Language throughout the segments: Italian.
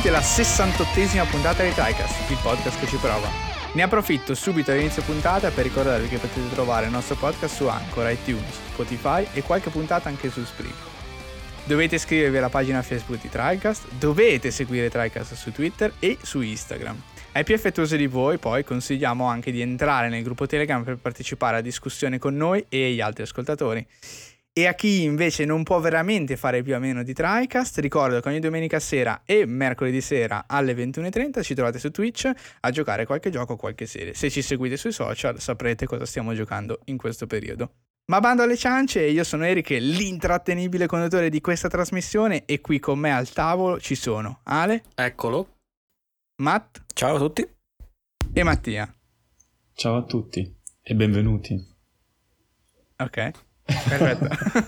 alla 68esima puntata di TriCast, il podcast che ci prova. Ne approfitto subito all'inizio puntata per ricordarvi che potete trovare il nostro podcast su Anchor, iTunes, Spotify e qualche puntata anche su Spreaker. Dovete iscrivervi alla pagina Facebook di TriCast, dovete seguire TriCast su Twitter e su Instagram. Ai più affettuosi di voi poi consigliamo anche di entrare nel gruppo Telegram per partecipare a discussioni con noi e gli altri ascoltatori. E a chi invece non può veramente fare più a meno di TriCast, ricordo che ogni domenica sera e mercoledì sera alle 21:30 ci trovate su Twitch a giocare qualche gioco o qualche serie. Se ci seguite sui social saprete cosa stiamo giocando in questo periodo. Ma bando alle ciance, io sono Eric, l'intrattenibile conduttore di questa trasmissione, e qui con me al tavolo ci sono Ale. Eccolo. Matt. Ciao a tutti. E Mattia. Ciao a tutti e benvenuti. Ok. Perfetto.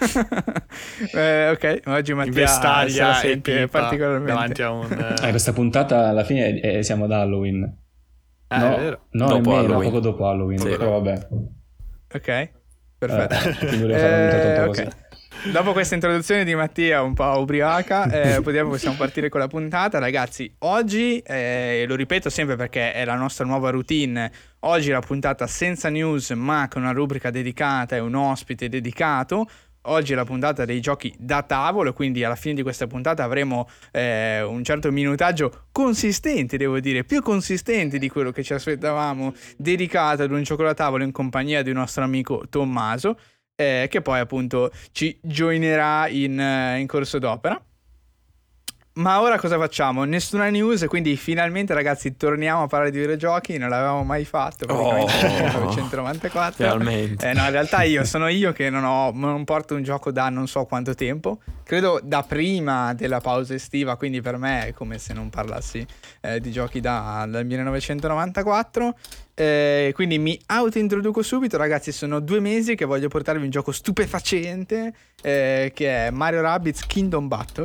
Ok, oggi Mattia in vestaglia se la sente particolarmente davanti a un questa puntata alla fine siamo ad Halloween. No, è vero. no, Dopo nemmeno, Halloween. poco dopo Halloween, Sì. però vabbè. Ok, perfetto. Quindi volevo fare un intratto un po' ok. così. Dopo questa introduzione di Mattia un po' ubriaca, possiamo partire con la puntata. Ragazzi, oggi, lo ripeto sempre perché è la nostra nuova routine, oggi la puntata senza news ma con una rubrica dedicata e un ospite dedicato. Oggi è la puntata dei giochi da tavolo, quindi alla fine di questa puntata avremo un certo minutaggio consistente, devo dire, più consistente di quello che ci aspettavamo, dedicato ad un gioco da tavolo in compagnia di un nostro amico Tommaso, che poi appunto ci joinerà in corso d'opera. Ma ora cosa facciamo? Nessuna news, quindi finalmente ragazzi torniamo a parlare di videogiochi, non l'avevamo mai fatto praticamente nel 1994. Finalmente. No, in realtà sono io che non porto un gioco da non so quanto tempo, credo da prima della pausa estiva, quindi per me è come se non parlassi di giochi dal 1994. Quindi mi autointroduco subito, ragazzi. Sono 2 mesi che voglio portarvi un gioco stupefacente, che è Mario Rabbids Kingdom Battle.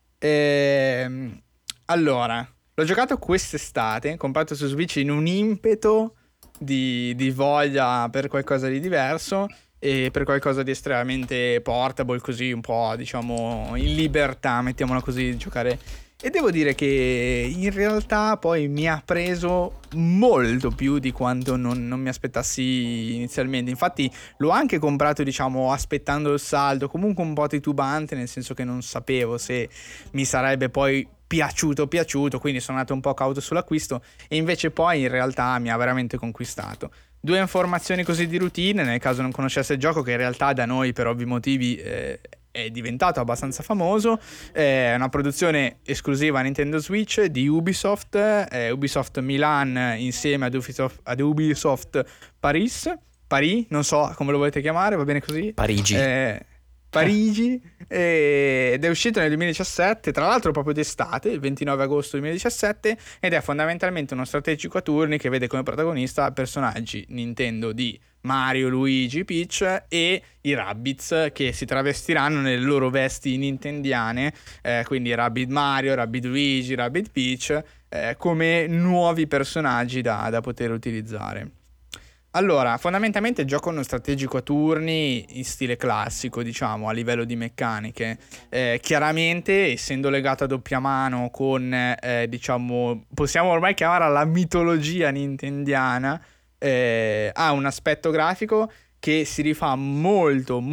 Allora, l'ho giocato quest'estate, comprato su Switch in un impeto di voglia per qualcosa di diverso e per qualcosa di estremamente portable, così un po' diciamo in libertà, mettiamola così, di giocare. E devo dire che in realtà poi mi ha preso molto più di quanto non mi aspettassi inizialmente. Infatti l'ho anche comprato, diciamo, aspettando il saldo, comunque un po' titubante, nel senso che non sapevo se mi sarebbe poi piaciuto, quindi sono andato un po' cauto sull'acquisto e invece poi in realtà mi ha veramente conquistato. 2 informazioni così di routine, nel caso non conoscesse il gioco, che in realtà da noi per ovvi motivi è diventato abbastanza famoso. È una produzione esclusiva Nintendo Switch di Ubisoft, Ubisoft Milan insieme ad Ubisoft Paris, non so come lo volete chiamare, va bene così? Parigi, ed è uscito nel 2017, tra l'altro proprio d'estate, il 29 agosto 2017, ed è fondamentalmente uno strategico a turni che vede come protagonista personaggi Nintendo di Mario, Luigi, Peach e i Rabbids, che si travestiranno nelle loro vesti nintendiane, quindi Rabbid Mario, Rabbid Luigi, Rabbid Peach, come nuovi personaggi da poter utilizzare. Allora, fondamentalmente gioco uno strategico a turni in stile classico, diciamo, a livello di meccaniche. Chiaramente, essendo legato a doppia mano con, diciamo, possiamo ormai chiamarla la mitologia nintendiana, ha un aspetto grafico che si rifà molto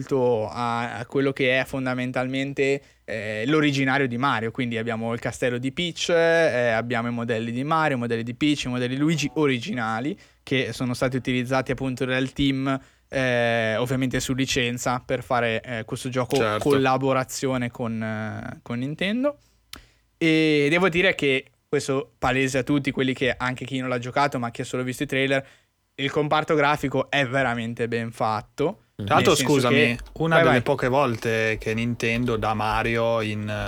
a quello che è fondamentalmente l'originario di Mario. Quindi abbiamo il castello di Peach, abbiamo i modelli di Mario, i modelli di Peach, i modelli di Luigi originali, che sono stati utilizzati appunto dal team, ovviamente su licenza, per fare questo gioco, certo, collaborazione con Nintendo. E devo dire che questo palese a tutti quelli che, anche chi non l'ha giocato ma chi ha solo visto i trailer, il comparto grafico è veramente ben fatto. Tra l'altro, scusami, una delle vai. poche volte che Nintendo dà Mario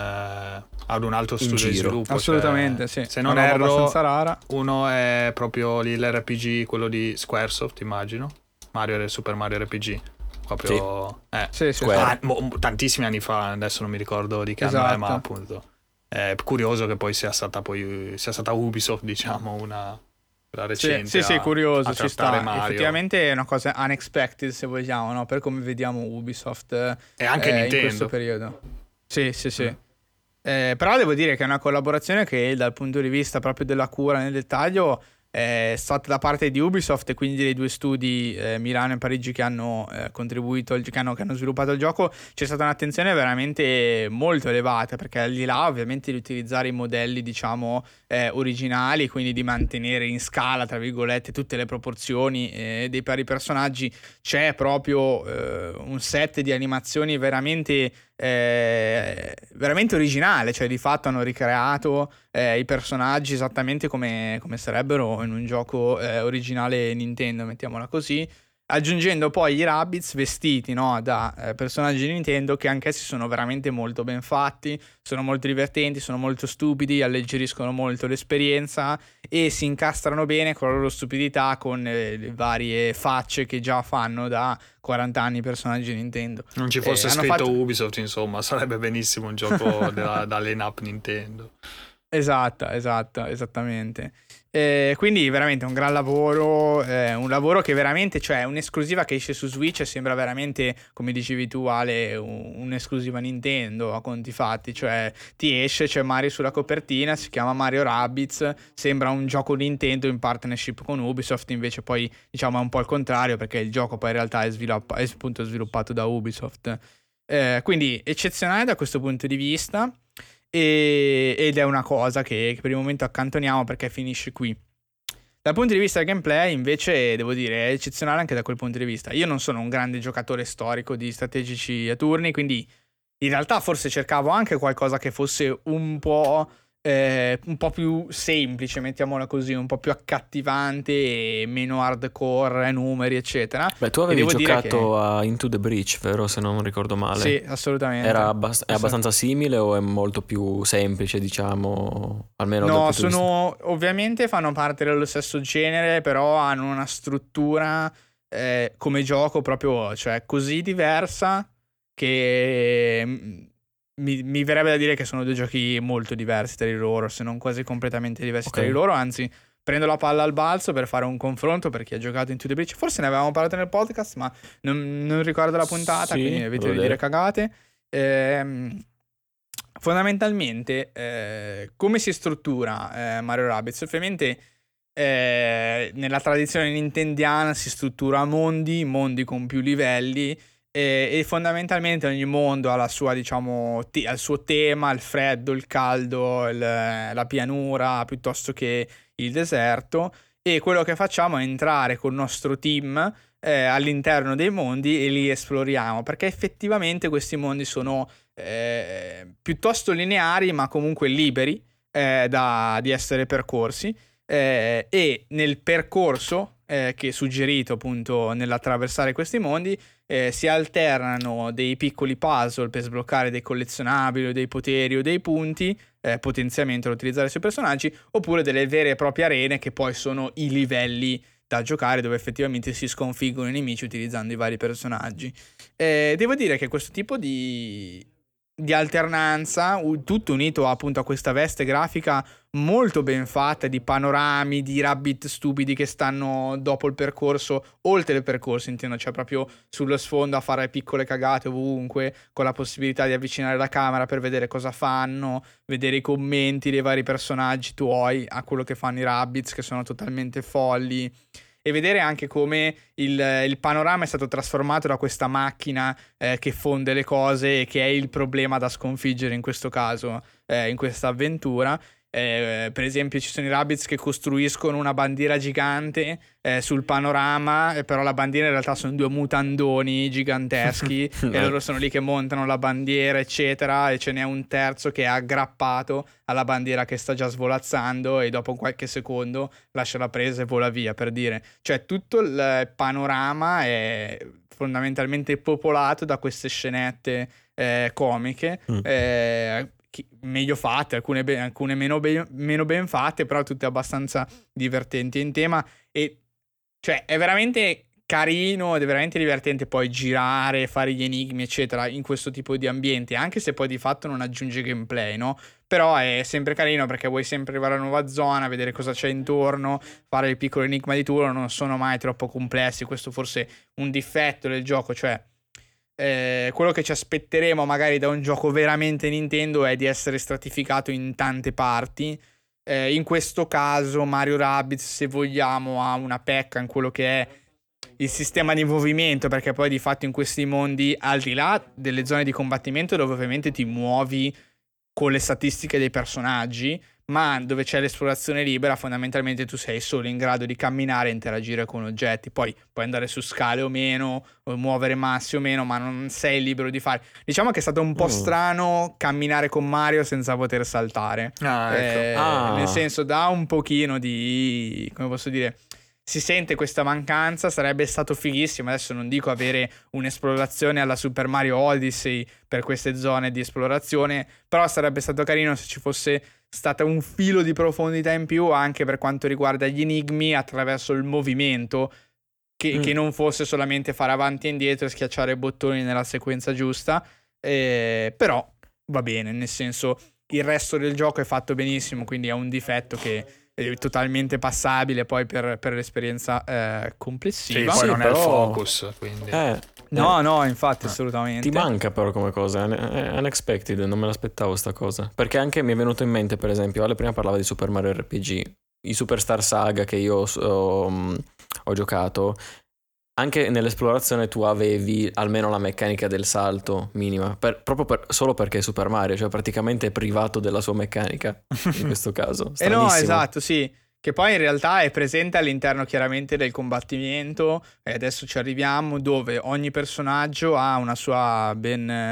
ad un altro studio di sviluppo. Assolutamente, cioè, sì. Se non è erro, abbastanza rara. Uno è proprio l'RPG, quello di Squaresoft, immagino. Super Mario RPG. Proprio... Sì. Tantissimi anni fa, adesso non mi ricordo di che anno è, ma appunto è curioso che poi sia stata Ubisoft, diciamo, la recente. Sì, curioso, ci sta. Mario. Effettivamente è una cosa unexpected, se vogliamo, no? Per come vediamo Ubisoft e anche Nintendo in questo periodo. Sì. Però devo dire che è una collaborazione che dal punto di vista proprio della cura nel dettaglio è stata da parte di Ubisoft, e quindi dei due studi Milano e Parigi che hanno contribuito, che hanno sviluppato il gioco. C'è stata un'attenzione veramente molto elevata, perché al di là ovviamente di utilizzare i modelli diciamo originali, quindi di mantenere in scala tra virgolette tutte le proporzioni dei vari personaggi, c'è proprio un set di animazioni veramente originale, cioè di fatto hanno ricreato i personaggi esattamente come sarebbero in un gioco originale Nintendo, mettiamola così, aggiungendo poi i Rabbids vestiti, no, da personaggi di Nintendo, che anch'essi sono veramente molto ben fatti, sono molto divertenti, sono molto stupidi, alleggeriscono molto l'esperienza e si incastrano bene con la loro stupidità, con le varie facce che già fanno da 40 anni i personaggi di Nintendo. Non ci fosse scritto Ubisoft, insomma, sarebbe benissimo un gioco da line-up Nintendo. Esattamente. Quindi veramente un gran lavoro, un lavoro che veramente, cioè un'esclusiva che esce su Switch e sembra veramente, come dicevi tu Ale, un'esclusiva Nintendo a conti fatti, cioè ti esce, c'è Mario sulla copertina, si chiama Mario Rabbids, sembra un gioco Nintendo in partnership con Ubisoft, invece poi diciamo è un po' il contrario, perché il gioco poi in realtà è appunto sviluppato da Ubisoft. Quindi eccezionale da questo punto di vista. Ed è una cosa che per il momento accantoniamo, perché finisce qui. Dal punto di vista del gameplay invece devo dire è eccezionale anche da quel punto di vista. Io non sono un grande giocatore storico di strategici a turni, quindi in realtà forse cercavo anche qualcosa che fosse un po' più semplice, mettiamola così, un po' più accattivante e meno hardcore, numeri eccetera. Beh, tu avevi giocato a Into the Breach, vero? Se non ricordo male. Sì, assolutamente. È abbastanza simile o è molto più semplice, diciamo? Almeno no, ovviamente fanno parte dello stesso genere, però hanno una struttura come gioco proprio, cioè così diversa che mi verrebbe da dire che sono due giochi molto diversi tra di loro, se non quasi completamente diversi tra di loro. Anzi, prendo la palla al balzo per fare un confronto per chi ha giocato Into the Breach. Forse ne avevamo parlato nel podcast, ma non ricordo la puntata, sì, quindi evito di dire cagate. Fondamentalmente come si struttura Mario Rabbids? Ovviamente nella tradizione nintendiana si struttura a mondi con più livelli, e fondamentalmente ogni mondo ha la sua, diciamo, al suo tema, il freddo, il caldo, la pianura piuttosto che il deserto, e quello che facciamo è entrare col nostro team all'interno dei mondi e li esploriamo, perché effettivamente questi mondi sono piuttosto lineari ma comunque liberi di essere percorsi, e nel percorso che è suggerito appunto nell'attraversare questi mondi si alternano dei piccoli puzzle per sbloccare dei collezionabili o dei poteri o dei punti potenziamento da utilizzare sui personaggi, oppure delle vere e proprie arene che poi sono i livelli da giocare, dove effettivamente si sconfiggono i nemici utilizzando i vari personaggi. Devo dire che questo tipo di alternanza, tutto unito appunto a questa veste grafica molto ben fatta, di panorami, di rabbit stupidi che stanno dopo il percorso, oltre il percorso intendo, cioè proprio sullo sfondo a fare piccole cagate ovunque, con la possibilità di avvicinare la camera per vedere cosa fanno, vedere i commenti dei vari personaggi tuoi a quello che fanno i rabbits, che sono totalmente folli, e vedere anche come il panorama è stato trasformato da questa macchina che fonde le cose e che è il problema da sconfiggere in questo caso, in questa avventura. Per esempio ci sono i rabbits che costruiscono una bandiera gigante sul panorama, però la bandiera in realtà sono due mutandoni giganteschi e loro sono lì che montano la bandiera eccetera, e ce n'è un terzo che è aggrappato alla bandiera che sta già svolazzando e dopo qualche secondo lascia la presa e vola via, per dire. Cioè tutto il panorama è fondamentalmente popolato da queste scenette comiche meglio fatte, alcune meno ben fatte, però tutte abbastanza divertenti in tema, e cioè è veramente carino ed è veramente divertente poi girare, fare gli enigmi eccetera in questo tipo di ambiente, anche se poi di fatto non aggiunge gameplay, no? Però è sempre carino perché vuoi sempre arrivare a una nuova zona, vedere cosa c'è intorno, fare il piccolo enigma di turno, non sono mai troppo complessi. Questo forse è un difetto del gioco, cioè quello che ci aspetteremo magari da un gioco veramente Nintendo è di essere stratificato in tante parti. In questo caso Mario Rabbids, se vogliamo, ha una pecca in quello che è il sistema di movimento, perché poi di fatto in questi mondi, al di là delle zone di combattimento dove ovviamente ti muovi con le statistiche dei personaggi, ma dove c'è l'esplorazione libera, fondamentalmente tu sei solo in grado di camminare e interagire con oggetti. Poi puoi andare su scale o meno, o muovere massi o meno, ma non sei libero di fare. Diciamo che è stato un po' strano camminare con Mario senza poter saltare. Ecco. Nel senso, dà un pochino di, come posso dire, si sente questa mancanza. Sarebbe stato fighissimo, adesso non dico avere un'esplorazione alla Super Mario Odyssey per queste zone di esplorazione, però sarebbe stato carino se ci fosse stata un filo di profondità in più anche per quanto riguarda gli enigmi attraverso il movimento, che non fosse solamente fare avanti e indietro e schiacciare i bottoni nella sequenza giusta. Però va bene, nel senso, il resto del gioco è fatto benissimo, quindi è un difetto che è totalmente passabile poi per l'esperienza complessiva. Sì, poi non è il però- focus, quindi. No, infatti, assolutamente. Ti manca però come cosa, è unexpected, non me l'aspettavo sta cosa. Perché anche mi è venuto in mente, per esempio, Ale prima parlava di Super Mario RPG, i Superstar Saga che io ho giocato, anche nell'esplorazione tu avevi almeno la meccanica del salto minima, solo perché è Super Mario, cioè praticamente è privato della sua meccanica in questo caso. No, Stranissimo. esatto, sì. Che poi in realtà è presente all'interno chiaramente del combattimento, e adesso ci arriviamo, dove ogni personaggio ha una sua ben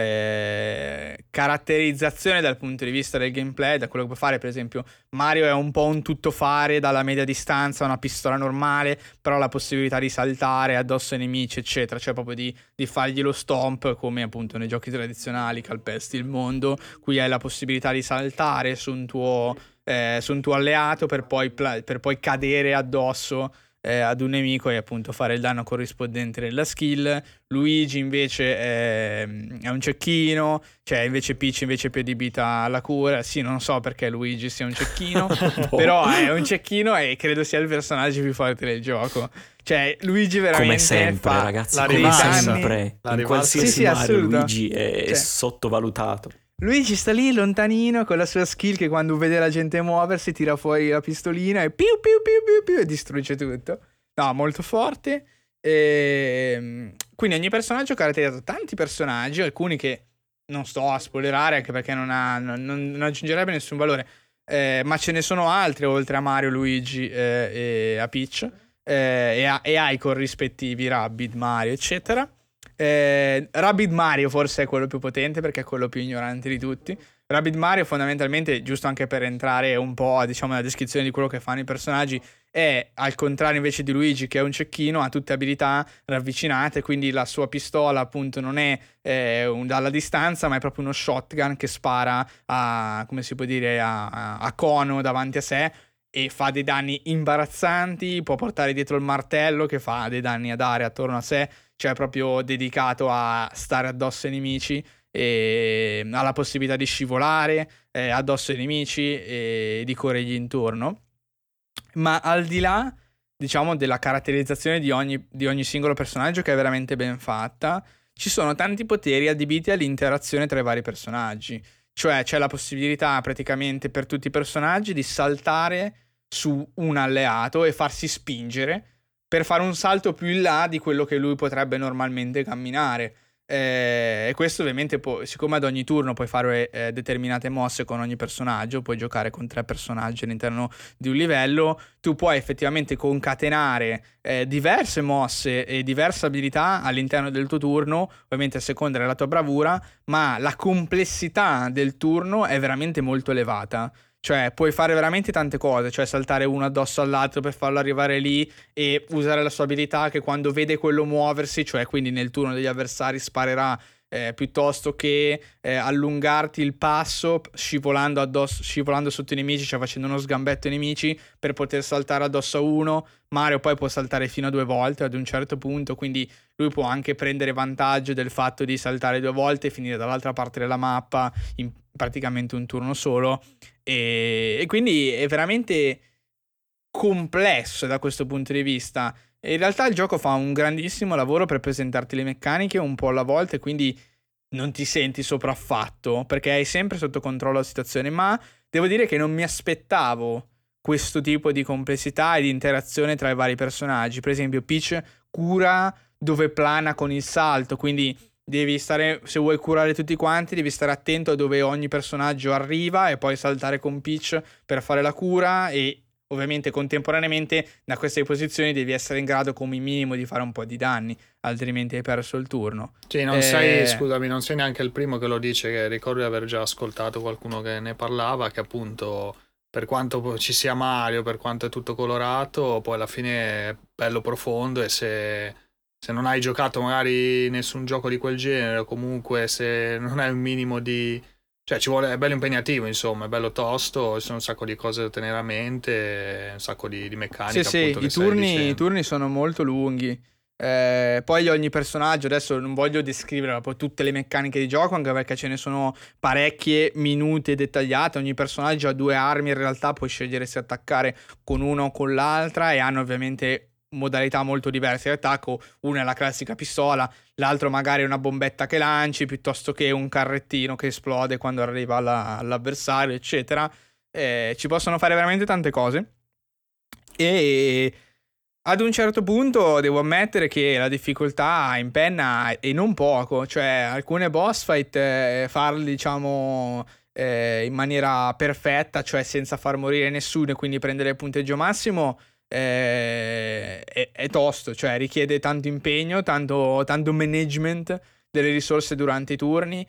caratterizzazione dal punto di vista del gameplay, da quello che può fare. Per esempio Mario è un po' un tuttofare dalla media distanza, una pistola normale, però ha la possibilità di saltare addosso ai nemici, eccetera, cioè proprio di fargli lo stomp, come appunto nei giochi tradizionali calpesti il mondo. Qui hai la possibilità di saltare su un tuo alleato per poi cadere addosso ad un nemico e appunto fare il danno corrispondente della skill. Luigi invece è un cecchino, cioè invece Peach invece più adibita alla cura. Sì, non so perché Luigi sia un cecchino, però è un cecchino e credo sia il personaggio più forte del gioco. Cioè Luigi veramente come sempre, fa ragazzi, la come rivalsa. sempre. La In rivalsa. qualsiasi Sì, Mario assoluta. Luigi è Cioè, sottovalutato. Luigi sta lì lontanino con la sua skill che quando vede la gente muoversi tira fuori la pistolina e piu piu piu piu piu e distrugge tutto. No, molto forte. Quindi ogni personaggio ha caratterizzato tanti personaggi, alcuni che non sto a spoilerare anche perché non aggiungerebbe nessun valore, ma ce ne sono altri oltre a Mario, Luigi e a Peach, e ai corrispettivi Rabbid, Mario, eccetera. Rabbid Mario forse è quello più potente perché è quello più ignorante di tutti. Rabbid Mario fondamentalmente, giusto anche per entrare un po' diciamo nella descrizione di quello che fanno i personaggi, è al contrario invece di Luigi che è un cecchino, ha tutte abilità ravvicinate, quindi la sua pistola appunto non è dalla distanza, ma è proprio uno shotgun che spara a, come si può dire, a cono davanti a sé e fa dei danni imbarazzanti. Può portare dietro il martello che fa dei danni ad area attorno a sé, cioè è proprio dedicato a stare addosso ai nemici e ha la possibilità di scivolare addosso ai nemici e di corrergli intorno. Ma al di là, diciamo, della caratterizzazione di ogni singolo personaggio, che è veramente ben fatta, ci sono tanti poteri adibiti all'interazione tra i vari personaggi. Cioè c'è la possibilità praticamente per tutti i personaggi di saltare su un alleato e farsi spingere per fare un salto più in là di quello che lui potrebbe normalmente camminare. E questo ovviamente siccome ad ogni turno puoi fare determinate mosse con ogni personaggio, puoi giocare con 3 personaggi all'interno di un livello, tu puoi effettivamente concatenare diverse mosse e diverse abilità all'interno del tuo turno, ovviamente a seconda della tua bravura, ma la complessità del turno è veramente molto elevata. Cioè puoi fare veramente tante cose, cioè saltare uno addosso all'altro per farlo arrivare lì e usare la sua abilità che quando vede quello muoversi, cioè quindi nel turno degli avversari sparerà, piuttosto che allungarti il passo scivolando sotto i nemici, cioè facendo uno sgambetto ai nemici per poter saltare addosso a uno. Mario poi può saltare fino a 2 volte ad un certo punto, quindi lui può anche prendere vantaggio del fatto di saltare 2 volte e finire dall'altra parte della mappa in praticamente un turno solo. E quindi è veramente complesso da questo punto di vista. E in realtà il gioco fa un grandissimo lavoro per presentarti le meccaniche un po' alla volta e quindi non ti senti sopraffatto perché hai sempre sotto controllo la situazione, ma devo dire che non mi aspettavo questo tipo di complessità e di interazione tra i vari personaggi. Per esempio Peach cura dove plana con il salto, quindi devi stare, se vuoi curare tutti quanti, devi stare attento a dove ogni personaggio arriva e poi saltare con Peach per fare la cura e ovviamente contemporaneamente da queste posizioni devi essere in grado come minimo di fare un po' di danni, altrimenti hai perso il turno. Sì, non sei, scusami, non sei neanche il primo che lo dice, che ricordo di aver già ascoltato qualcuno che ne parlava, che appunto per quanto ci sia Mario, per quanto è tutto colorato, poi alla fine è bello profondo e se non hai giocato magari nessun gioco di quel genere o comunque se non hai un minimo di... Cioè ci vuole, è bello impegnativo, insomma, è bello tosto, ci sono un sacco di cose da tenere a mente, un sacco di meccanica. Sì, appunto, i turni sono molto lunghi. Poi ogni personaggio, adesso non voglio descrivere poi tutte le meccaniche di gioco, anche perché ce ne sono parecchie minute e dettagliate. Ogni personaggio ha 2 armi, in realtà puoi scegliere se attaccare con una o con l'altra e hanno ovviamente modalità molto diverse di attacco. Una è la classica pistola, l'altro magari è una bombetta che lanci piuttosto che un carrettino che esplode quando arriva all'avversario, eccetera. Ci possono fare veramente tante cose e ad un certo punto devo ammettere che la difficoltà impenna e non poco, cioè alcune boss fight farli diciamo in maniera perfetta, cioè senza far morire nessuno e quindi prendere il punteggio massimo è tosto, cioè richiede tanto impegno, tanto management delle risorse durante i turni,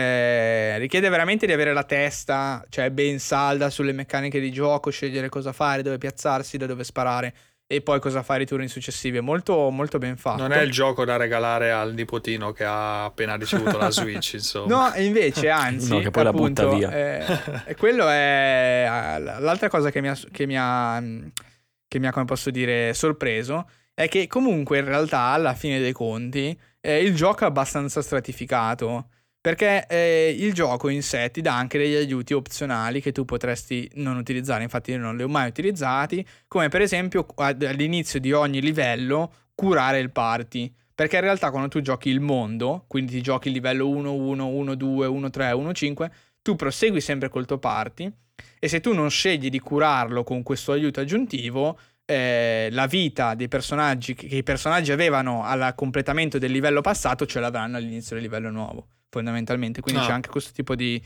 richiede veramente di avere la testa, cioè ben salda sulle meccaniche di gioco, scegliere cosa fare, dove piazzarsi, da dove sparare e poi cosa fare i turni successivi. È molto molto ben fatto. Non è il gioco da regalare al nipotino che ha appena ricevuto la Switch, insomma. No, invece, anzi, no, che poi appunto, la butta via. E quello è l'altra cosa che mi ha, come posso dire, sorpreso, è che comunque in realtà alla fine dei conti il gioco è abbastanza stratificato, perché il gioco in sé ti dà anche degli aiuti opzionali che tu potresti non utilizzare, infatti io non li ho mai utilizzati, come per esempio all'inizio di ogni livello curare il party, perché in realtà quando tu giochi il mondo, quindi ti giochi il livello 1, 1, 1, 2, 1, 3, 1, 5, tu prosegui sempre col tuo party e se tu non scegli di curarlo con questo aiuto aggiuntivo, la vita dei personaggi che i personaggi avevano al completamento del livello passato ce l'avranno all'inizio del livello nuovo, fondamentalmente. Quindi c'è anche questo tipo di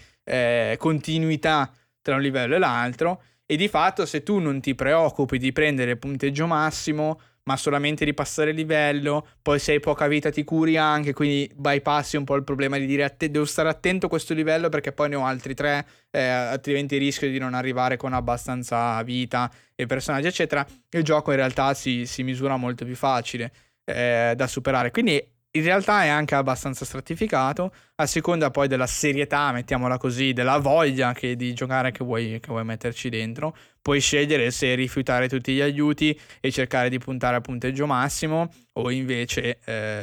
continuità tra un livello e l'altro e di fatto se tu non ti preoccupi di prendere il punteggio massimo ma solamente di passare il livello, poi se hai poca vita ti curi anche, quindi bypassi un po' il problema di dire devo stare attento a questo livello perché poi ne ho altri 3, altrimenti rischio di non arrivare con abbastanza vita e personaggi eccetera. Il gioco in realtà si misura molto più facile da superare, quindi in realtà è anche abbastanza stratificato a seconda poi della serietà, mettiamola così, della voglia di giocare che vuoi metterci dentro. Puoi scegliere se rifiutare tutti gli aiuti e cercare di puntare al punteggio massimo o invece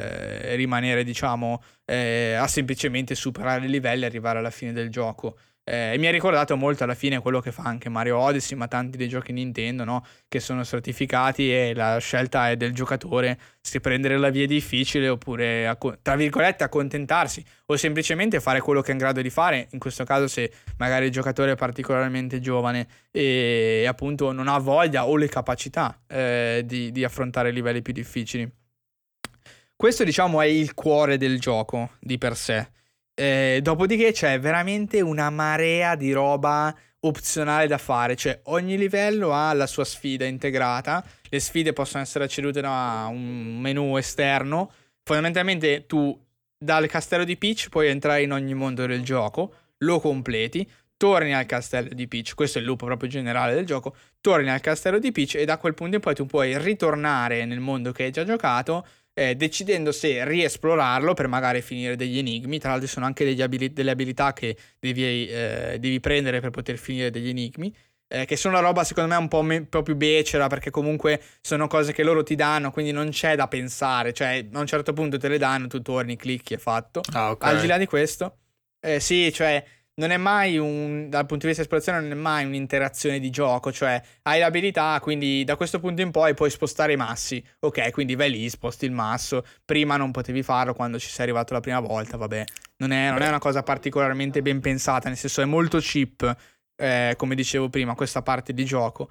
rimanere diciamo a semplicemente superare i livelli e arrivare alla fine del gioco. Mi ha ricordato molto alla fine quello che fa anche Mario Odyssey, ma tanti dei giochi Nintendo, no? Che sono stratificati e la scelta è del giocatore se prendere la via difficile oppure tra virgolette accontentarsi o semplicemente fare quello che è in grado di fare, in questo caso se magari il giocatore è particolarmente giovane e appunto non ha voglia o le capacità di affrontare livelli più difficili. Questo diciamo è il cuore del gioco di per sé. Dopodiché c'è veramente una marea di roba opzionale da fare, cioè ogni livello ha la sua sfida integrata, le sfide possono essere accedute da un menu esterno, fondamentalmente tu dal castello di Peach puoi entrare in ogni mondo del gioco, lo completi, torni al castello di Peach, questo è il loop proprio generale del gioco, torni al castello di Peach e da quel punto in poi tu puoi ritornare nel mondo che hai già giocato, decidendo se riesplorarlo per magari finire degli enigmi. Tra l'altro sono anche delle abilità che devi prendere per poter finire degli enigmi, che sono una roba secondo me un po' più becera, perché comunque sono cose che loro ti danno, quindi non c'è da pensare, cioè a un certo punto te le danno, tu torni, clicchi, è fatto. Okay. Al di là di questo sì, cioè non è mai dal punto di vista esplorazione non è mai un'interazione di gioco, cioè hai l'abilità, quindi da questo punto in poi puoi spostare i massi, ok, quindi vai lì, sposti il masso, prima non potevi farlo quando ci sei arrivato la prima volta, vabbè, non è una cosa particolarmente ben pensata, nel senso è molto cheap, come dicevo prima, questa parte di gioco,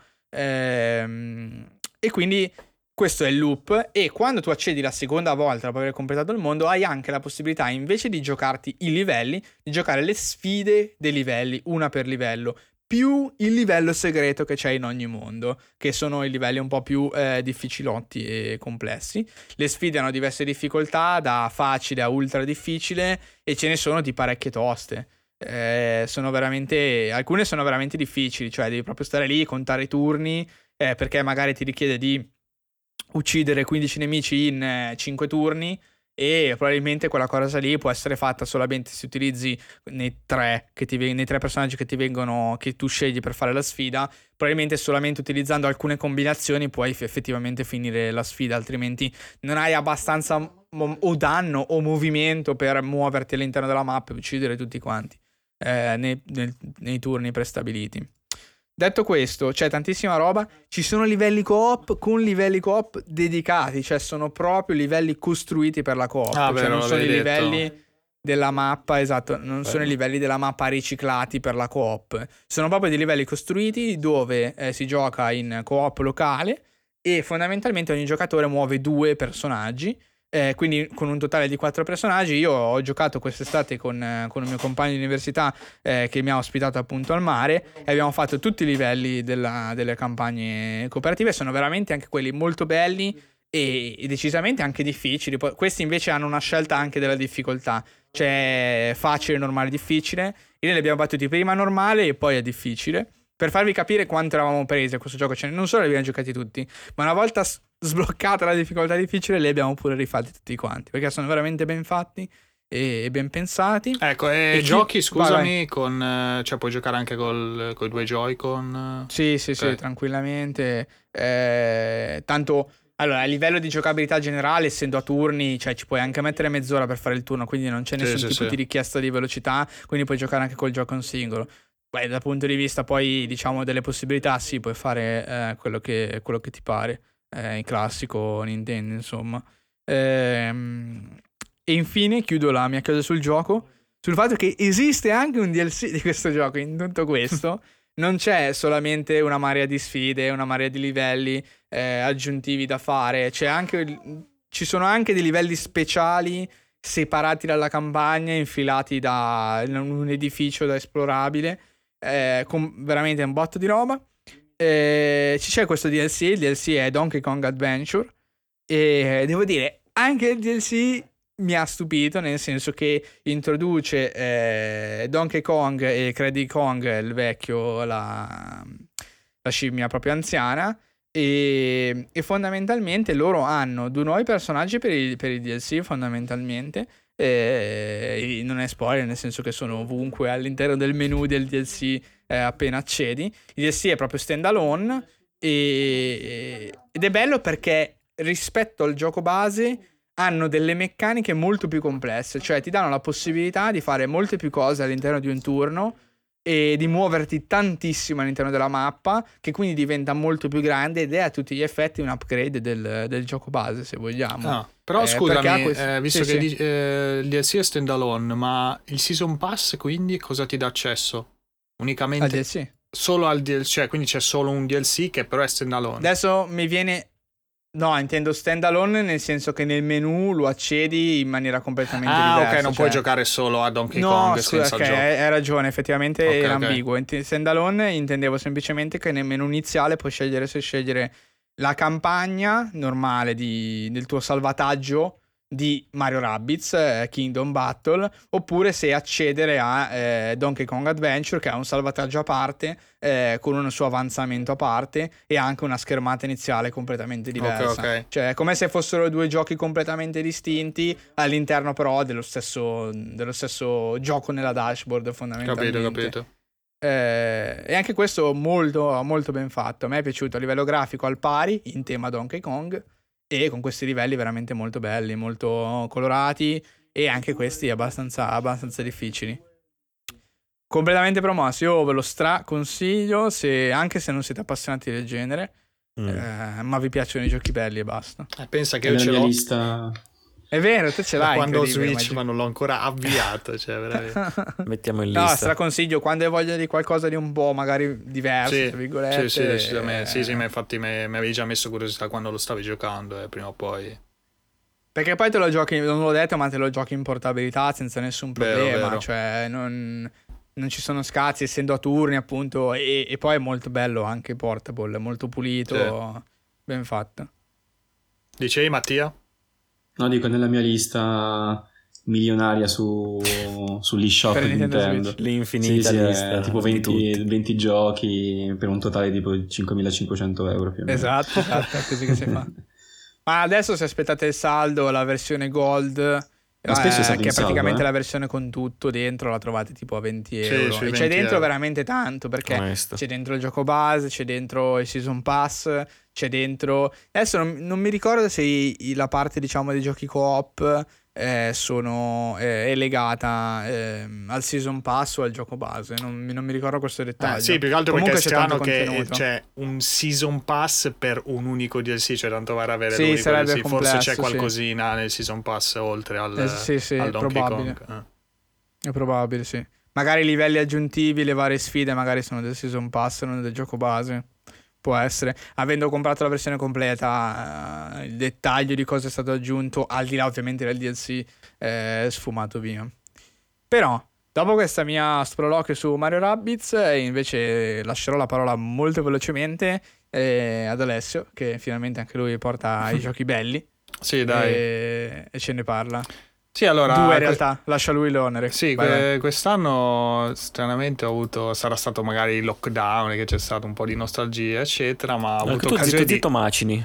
e quindi questo è il loop, e quando tu accedi la seconda volta dopo aver completato il mondo hai anche la possibilità, invece di giocarti i livelli, di giocare le sfide dei livelli, una per livello, più il livello segreto che c'è in ogni mondo, che sono i livelli un po' più difficilotti e complessi. Le sfide hanno diverse difficoltà, da facile a ultra difficile, e ce ne sono di parecchie toste. Alcune sono veramente difficili, cioè devi proprio stare lì, contare i turni, perché magari ti richiede di uccidere 15 nemici in 5 turni, e probabilmente quella cosa lì può essere fatta solamente se utilizzi nei tre personaggi che tu scegli per fare la sfida. Probabilmente solamente utilizzando alcune combinazioni puoi effettivamente finire la sfida, altrimenti non hai abbastanza o danno o movimento per muoverti all'interno della mappa e uccidere tutti quanti nei turni prestabiliti. Detto questo, c'è tantissima roba, ci sono livelli co-op con livelli co-op dedicati, cioè sono proprio livelli costruiti per la co-op, cioè vero, non sono i l'avevi livelli della mappa, esatto, non sono i livelli della mappa riciclati per la co-op, sono proprio dei livelli costruiti dove si gioca in co-op locale, e fondamentalmente ogni giocatore muove 2 personaggi. Quindi con un totale di 4 personaggi. Io ho giocato quest'estate con un mio compagno di università che mi ha ospitato appunto al mare, e abbiamo fatto tutti i livelli delle campagne cooperative. Sono veramente anche quelli molto belli e decisamente anche difficili. Questi invece hanno una scelta anche della difficoltà, cioè facile, normale, difficile. Li abbiamo battuti prima normale e poi a difficile, per farvi capire quanto eravamo presi a questo gioco. Cioè, non solo li abbiamo giocati tutti, ma una volta sbloccata la difficoltà difficile li abbiamo pure rifatti tutti quanti, perché sono veramente ben fatti e ben pensati. Ecco, e giochi, scusami, vai. Cioè puoi giocare anche con i 2 Joy-Con? Sì, tranquillamente. Tanto, allora, a livello di giocabilità generale, essendo a turni, cioè ci puoi anche mettere mezz'ora per fare il turno, quindi non c'è nessun tipo di richiesta di velocità, quindi puoi giocare anche col gioco in singolo. Beh, dal punto di vista poi, diciamo, delle possibilità, sì, puoi fare quello che ti pare. In classico Nintendo, insomma. E infine chiudo la mia cosa sul gioco, sul fatto che esiste anche un DLC di questo gioco. In tutto questo non c'è solamente una marea di sfide, una marea di livelli aggiuntivi da fare, ci sono anche dei livelli speciali separati dalla campagna, infilati in un edificio da esplorabile, con veramente un botto di roba. C'è questo DLC, il DLC è Donkey Kong Adventure, e devo dire anche il DLC mi ha stupito, nel senso che introduce Donkey Kong e Credit Kong, il vecchio, la scimmia proprio anziana, e fondamentalmente loro hanno 2 nuovi personaggi per il DLC, fondamentalmente. Non è spoiler, nel senso che sono ovunque all'interno del menu del DLC appena accedi. Il DLC è proprio standalone ed è bello perché rispetto al gioco base hanno delle meccaniche molto più complesse, cioè ti danno la possibilità di fare molte più cose all'interno di un turno e di muoverti tantissimo all'interno della mappa, che quindi diventa molto più grande ed è a tutti gli effetti un upgrade del gioco base, se vogliamo. Però scusami, visto che il DLC è standalone, ma il Season Pass quindi cosa ti dà accesso? Unicamente al DLC? Solo al DLC, cioè quindi c'è solo un DLC che però è standalone. Adesso mi viene... No, intendo standalone nel senso che nel menu lo accedi in maniera completamente diversa. Ok, non puoi giocare solo a Donkey Kong senza gioco. Hai ragione, effettivamente era ambiguo. Standalone intendevo semplicemente che nel menu iniziale puoi scegliere se scegliere la campagna normale del tuo salvataggio di Mario Rabbids Kingdom Battle, oppure se accedere a Donkey Kong Adventure, che ha un salvataggio a parte con un suo avanzamento a parte e anche una schermata iniziale completamente diversa. Okay. Cioè è come se fossero 2 giochi completamente distinti all'interno però dello stesso gioco nella dashboard, fondamentalmente. Capito. E anche questo molto, molto ben fatto. A me è piaciuto a livello grafico al pari, in tema Donkey Kong, e con questi livelli veramente molto belli, molto colorati, e anche questi abbastanza difficili. completamente promosso. Io ve lo straconsiglio, anche se non siete appassionati del genere, ma vi piacciono i giochi belli e basta. Pensa che È io nella ce mia l'ho lista. È vero, te ce da l'hai. quando incredibile, Switch, ma non l'ho ancora avviato, cioè veramente. Mettiamo in No, lista. straconsiglio quando hai voglia di qualcosa di un po' magari diverso, tra virgolette. sì, decisamente. Sì, ma infatti mi avevi già messo curiosità quando lo stavi giocando, e prima o poi. Perché poi te lo giochi, non l'ho detto, ma te lo giochi in portabilità senza nessun problema. Vero. Cioè, non ci sono scazzi, essendo a turni, appunto. E poi è molto bello anche portable, molto pulito, ben fatto. Dicevi, Mattia? No, dico, nella mia lista milionaria sull'eShop Per di Nintendo Nintendo. Switch. L'infinita Sì, lista tipo di tutti. 20 giochi per un totale tipo 5.500 euro più o meno. Esatto, è così che si fa. Ma adesso se aspettate il saldo, la versione Gold, Ma spesso è stato che in è praticamente saldo, la versione con tutto dentro, la trovate tipo a 20 Sì, euro. sui E c'è 20 dentro euro. veramente tanto, perché Onesto. c'è dentro il gioco base, c'è dentro il Season Pass, c'è dentro... Adesso non mi ricordo se la parte, diciamo, dei giochi co-op è legata al Season Pass o al gioco base. Non mi ricordo questo dettaglio. Sì, più che altro Comunque perché è c'è tanto strano che contenuto. c'è un season pass per un unico DLC, cioè tanto vale avere Sì, l'unico sarebbe DLC. Forse complesso, c'è sì. qualcosina nel season pass oltre al sì, al è Donkey probabile. Kong. È probabile, sì. Magari i livelli aggiuntivi, le varie sfide, magari sono del Season Pass, non del gioco base. Può essere. Avendo comprato la versione completa, il dettaglio di cosa è stato aggiunto, al di là ovviamente del DLC, è sfumato via. Però, dopo questa mia sproloquio su Mario Rabbids, invece lascerò la parola molto velocemente ad Alessio, che finalmente anche lui porta i giochi belli. Sì, dai. E ce ne parla. Sì, allora 2 in realtà, lascia lui l'onere. Sì, Vai. Quest'anno stranamente sarà stato magari il lockdown, che c'è stato un po' di nostalgia, eccetera, ma ho avuto Tu occasione zitto di... zitto macini.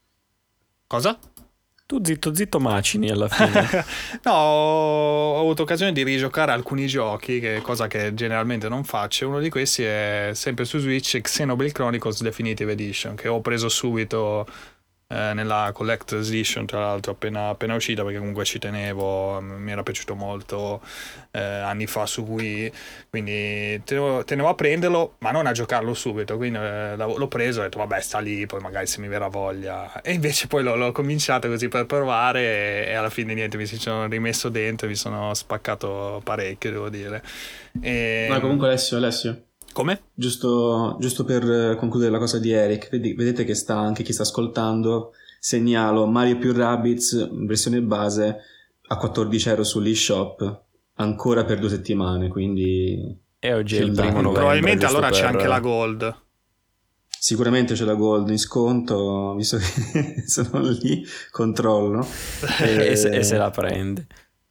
Cosa? Tu zitto zitto macini alla fine. No, ho avuto occasione di rigiocare alcuni giochi, cosa che generalmente non faccio. Uno di questi è sempre su Switch, Xenoblade Chronicles Definitive Edition, che ho preso subito nella Collector's Edition, tra l'altro appena uscita, perché comunque ci tenevo, mi era piaciuto molto anni fa su Wii, quindi tenevo a prenderlo, ma non a giocarlo subito, quindi l'ho preso e ho detto vabbè, sta lì, poi magari se mi verrà voglia, e invece poi l'ho cominciato così per provare, e alla fine niente, mi si sono rimesso dentro e mi sono spaccato parecchio, devo dire. No, comunque Alessio, Come? giusto per concludere la cosa di Eric, vedete che anche chi sta ascoltando, segnalo Mario più Rabbids versione base a 14 euro sull'eShop ancora per 2 settimane, quindi E oggi è il primo novembre. Probabilmente giusto allora c'è per- anche la Gold. sicuramente c'è la Gold in sconto, visto che sono lì, controllo. e se la prende.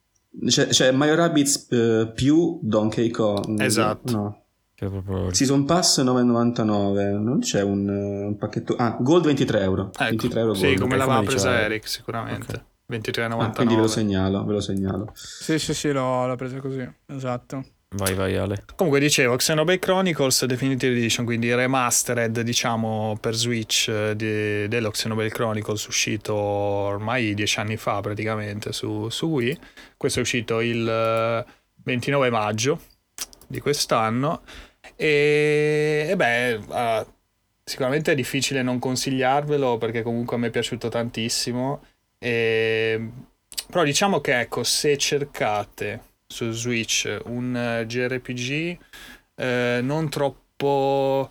C'è Mario Rabbids più Donkey Kong. Esatto. No. Che proprio... Season Pass 9,99. Non c'è un pacchetto. Ah, Gold 23 euro. Ecco, 23 euro sì, Gold. come Ok, l'aveva come presa diceva Eric sicuramente. Ok. 23,99. Quindi ve lo segnalo. Sì, l'ho presa così, esatto. Vai Ale. Comunque dicevo, Xenoblade Chronicles Definitive Edition, quindi remastered, diciamo, per Switch dello Xenoblade Chronicles, uscito ormai 10 anni fa praticamente su Wii. Questo è uscito il 29 maggio di quest'anno e beh, sicuramente è difficile non consigliarvelo, perché comunque a me è piaciuto tantissimo, però diciamo che, ecco, se cercate su Switch un JRPG non troppo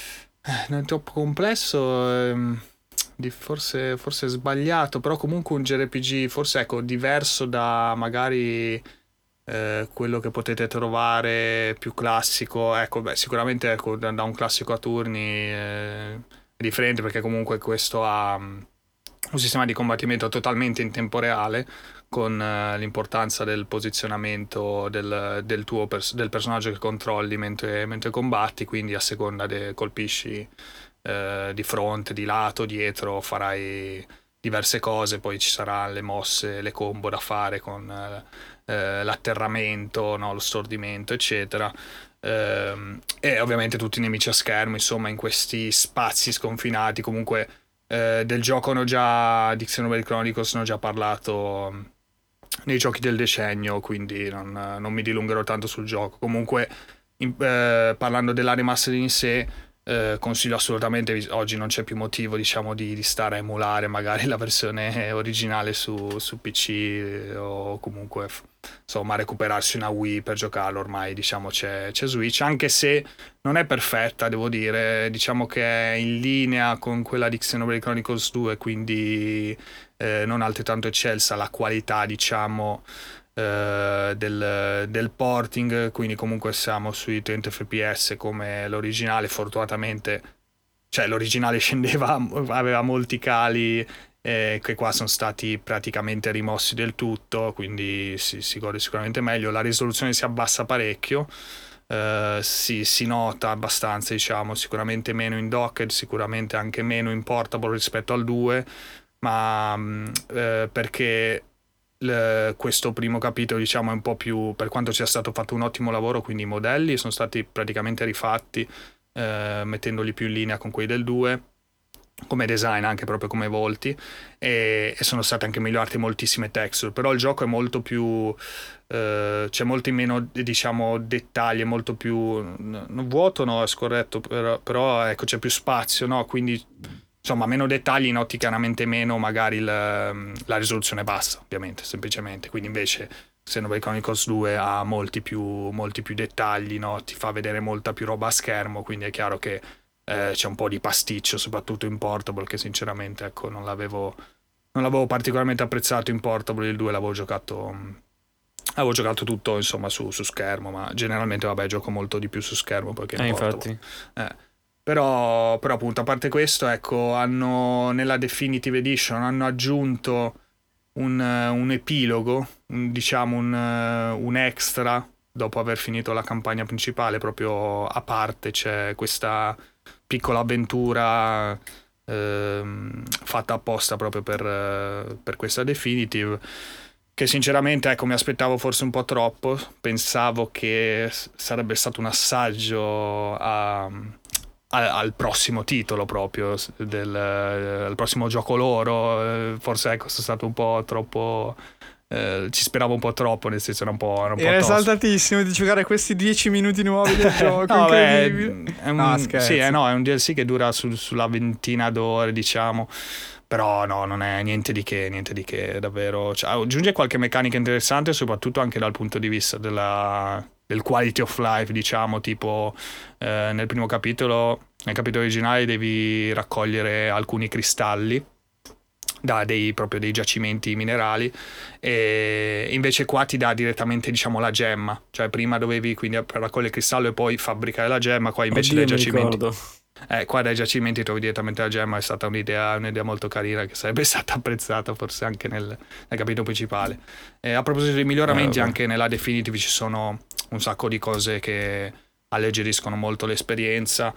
complesso, forse sbagliato, però comunque un JRPG forse, ecco, diverso da magari quello che potete trovare più classico, ecco, beh, sicuramente, ecco, da un classico a turni è differente, perché comunque questo ha un sistema di combattimento totalmente in tempo reale, con l'importanza del posizionamento del del personaggio che controlli mentre combatti, quindi a seconda colpisci di fronte, di lato, dietro, farai diverse cose, poi ci saranno le mosse, le combo da fare con l'atterramento, no, lo stordimento, eccetera. E ovviamente tutti i nemici a schermo, insomma, in questi spazi sconfinati. Comunque del gioco di Xenoblade Chronicles hanno già parlato nei giochi del decennio, quindi non mi dilungherò tanto sul gioco. Comunque Parlando della remastered in sé, consiglio assolutamente, oggi non c'è più motivo diciamo di stare a emulare magari la versione originale su PC, o comunque insomma recuperarsi una Wii per giocarlo. Ormai diciamo c'è Switch, anche se non è perfetta, devo dire, diciamo che è in linea con quella di Xenoblade Chronicles 2, quindi non altrettanto eccelsa la qualità diciamo del porting, quindi comunque siamo sui 30 fps come l'originale. Fortunatamente, cioè l'originale scendeva, aveva molti cali che qua sono stati praticamente rimossi del tutto, quindi si gode sicuramente meglio. La risoluzione si abbassa parecchio, si nota abbastanza, diciamo, sicuramente meno in docked, sicuramente anche meno in portable rispetto al 2, ma perché questo primo capitolo diciamo è un po' più, per quanto sia stato fatto un ottimo lavoro, quindi i modelli sono stati praticamente rifatti, mettendoli più in linea con quelli del 2, come design, anche proprio come volti, e sono state anche migliorate moltissime texture. Però il gioco è molto più c'è molto in meno diciamo dettagli, è molto più vuoto, no, è scorretto, però ecco c'è più spazio, no, quindi insomma meno dettagli, noti chiaramente meno magari la risoluzione bassa, ovviamente, semplicemente. Quindi invece Xenoblade Chronicles 2 ha molti più dettagli, no? Ti fa vedere molta più roba a schermo, quindi è chiaro che c'è un po' di pasticcio, soprattutto in portable, che sinceramente ecco non l'avevo particolarmente apprezzato in portable. Il 2 l'avevo giocato tutto insomma su schermo, ma generalmente vabbè gioco molto di più su schermo perché in portable. Infatti. Però appunto, a parte questo, ecco, nella Definitive Edition hanno aggiunto un epilogo, diciamo un extra, dopo aver finito la campagna principale. Proprio a parte c'è questa piccola avventura fatta apposta proprio per questa Definitive, che sinceramente ecco mi aspettavo forse un po' troppo. Pensavo che sarebbe stato un assaggio al prossimo titolo proprio al prossimo gioco loro. Forse ecco sono stato un po' troppo, ci speravo un po' troppo, nel senso era un po' era tosto. esaltatissimo di giocare questi 10 minuti nuovi del gioco. No, incredibile. è un DLC che dura sulla ventina d'ore, diciamo. Però no, non è niente di che davvero. Cioè, aggiunge qualche meccanica interessante, soprattutto anche dal punto di vista del quality of life, diciamo, tipo nel primo capitolo, nel capitolo originale devi raccogliere alcuni cristalli da proprio dei giacimenti minerali, e invece qua ti dà direttamente diciamo la gemma. Cioè prima dovevi quindi raccogliere il cristallo e poi fabbricare la gemma, qua invece dai giacimenti qua dai giacimenti trovi direttamente la gemma. È stata un'idea molto carina, che sarebbe stata apprezzata forse anche nel capitolo principale. A proposito di miglioramenti, anche nella Definitive ci sono un sacco di cose che alleggeriscono molto l'esperienza,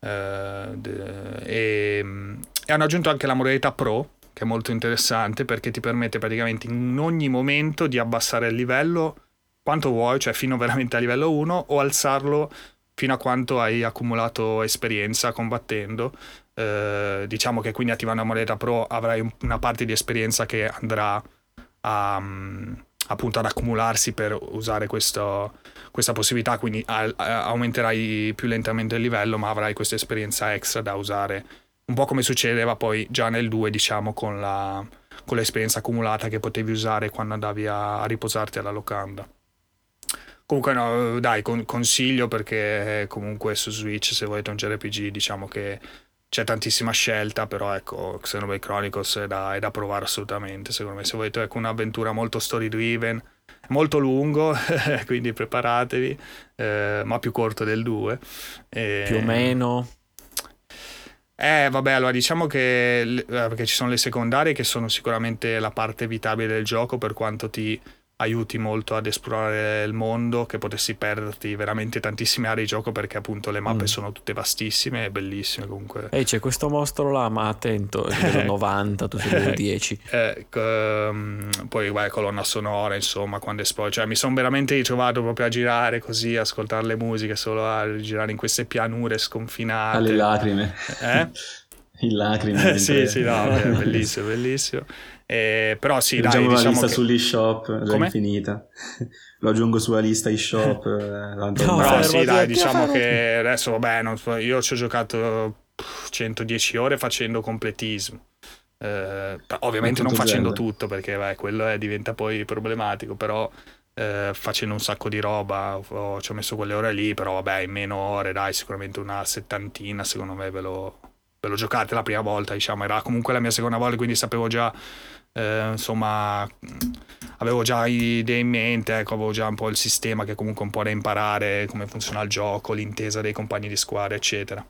e hanno aggiunto anche la modalità Pro, che è molto interessante perché ti permette praticamente in ogni momento di abbassare il livello quanto vuoi, cioè fino veramente a livello 1, o alzarlo fino a quanto hai accumulato esperienza combattendo. Diciamo che quindi attivando la modalità Pro avrai una parte di esperienza che andrà appunto ad accumularsi per usare questa possibilità, quindi aumenterai più lentamente il livello, ma avrai questa esperienza extra da usare, un po' come succedeva poi già nel 2, diciamo, con l'esperienza accumulata che potevi usare quando andavi a riposarti alla locanda. Comunque no, dai, consiglio, perché comunque su Switch, se volete un JRPG, diciamo che c'è tantissima scelta, però ecco, Xenoblade Chronicles è da provare assolutamente, secondo me. Se volete un'avventura molto story driven, molto lungo, quindi preparatevi, ma più corto del 2. Più o meno. Vabbè, allora diciamo che perché ci sono le secondarie che sono sicuramente la parte evitabile del gioco, per quanto ti aiuti molto ad esplorare il mondo, che potessi perderti veramente tantissime aree di gioco, perché appunto le mappe sono tutte vastissime e bellissime comunque. Ehi, c'è questo mostro là, ma attento, è livello 90, tu sei livello 10. Poi vai, colonna sonora, insomma, quando esplori, cioè mi sono veramente ritrovato proprio a girare così, a ascoltare le musiche, solo a girare in queste pianure sconfinate. Alle lacrime. in lacrime. Sì, no, è bellissimo, bellissimo. Però sì, dai, diciamo la diciamo lista che... sull'eShop, già infinita. Lo aggiungo sulla lista eShop. No, sì, dai, diciamo che adesso, vabbè, io ci ho giocato 110 ore facendo completismo. Ovviamente non facendo tutto, perché quello diventa poi problematico, però facendo un sacco di roba ci ho messo quelle ore lì, però vabbè, in meno ore, dai, sicuramente una 70, secondo me ve lo giocate la prima volta, diciamo, era comunque la mia seconda volta, quindi sapevo già, insomma, avevo già idee in mente, ecco, avevo già un po' il sistema che comunque un po' da imparare, come funziona il gioco, l'intesa dei compagni di squadra, eccetera.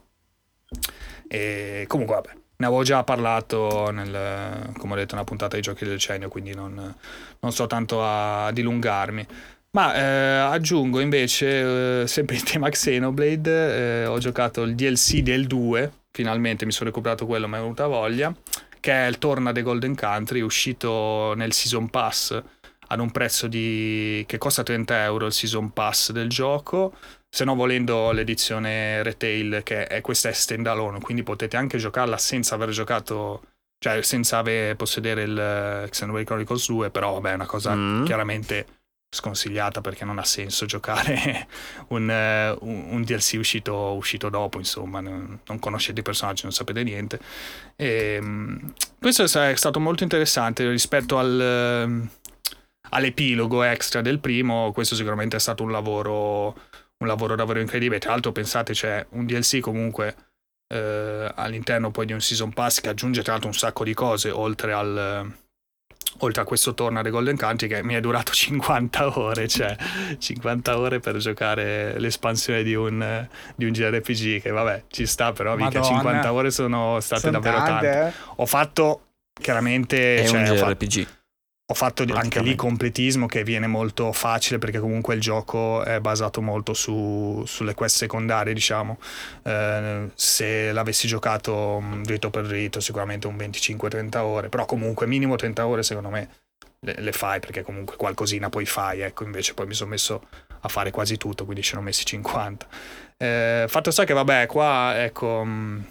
E comunque vabbè, ne avevo già parlato come ho detto, nella puntata dei giochi del decennio, quindi non sto tanto a dilungarmi. Ma aggiungo invece, sempre in tema Xenoblade, ho giocato il DLC del 2, finalmente mi sono recuperato quello, mi è venuta voglia, che è il Torna the Golden Country, uscito nel Season Pass ad un prezzo che costa 30 euro il Season Pass del gioco, se no volendo l'edizione retail, che questa è standalone, quindi potete anche giocarla senza aver giocato, cioè senza possedere il Xenoblade Chronicles 2, però vabbè è una cosa chiaramente sconsigliata, perché non ha senso giocare un DLC uscito dopo, insomma, non conoscete i personaggi, non sapete niente. Questo è stato molto interessante rispetto all'epilogo extra del primo. Questo sicuramente è stato un lavoro davvero incredibile. Tra l'altro pensate, c'è un DLC comunque all'interno poi di un Season Pass che aggiunge tra l'altro un sacco di cose, oltre a questo Torna the Golden Country, che mi è durato 50 ore, cioè 50 ore per giocare l'espansione di un JRPG, che vabbè ci sta, però mica 50 ore sono state davvero tante. Ho fatto chiaramente... È un JRPG. Ho fatto anche lì completismo, che viene molto facile, perché comunque il gioco è basato molto sulle quest secondarie, diciamo. Se l'avessi giocato dritto per dritto, sicuramente un 25-30 ore, però comunque minimo 30 ore secondo me le fai, perché comunque qualcosina poi fai, ecco. Invece poi mi sono messo a fare quasi tutto, quindi ce ne ho messi 50. Fatto sta che vabbè, qua ecco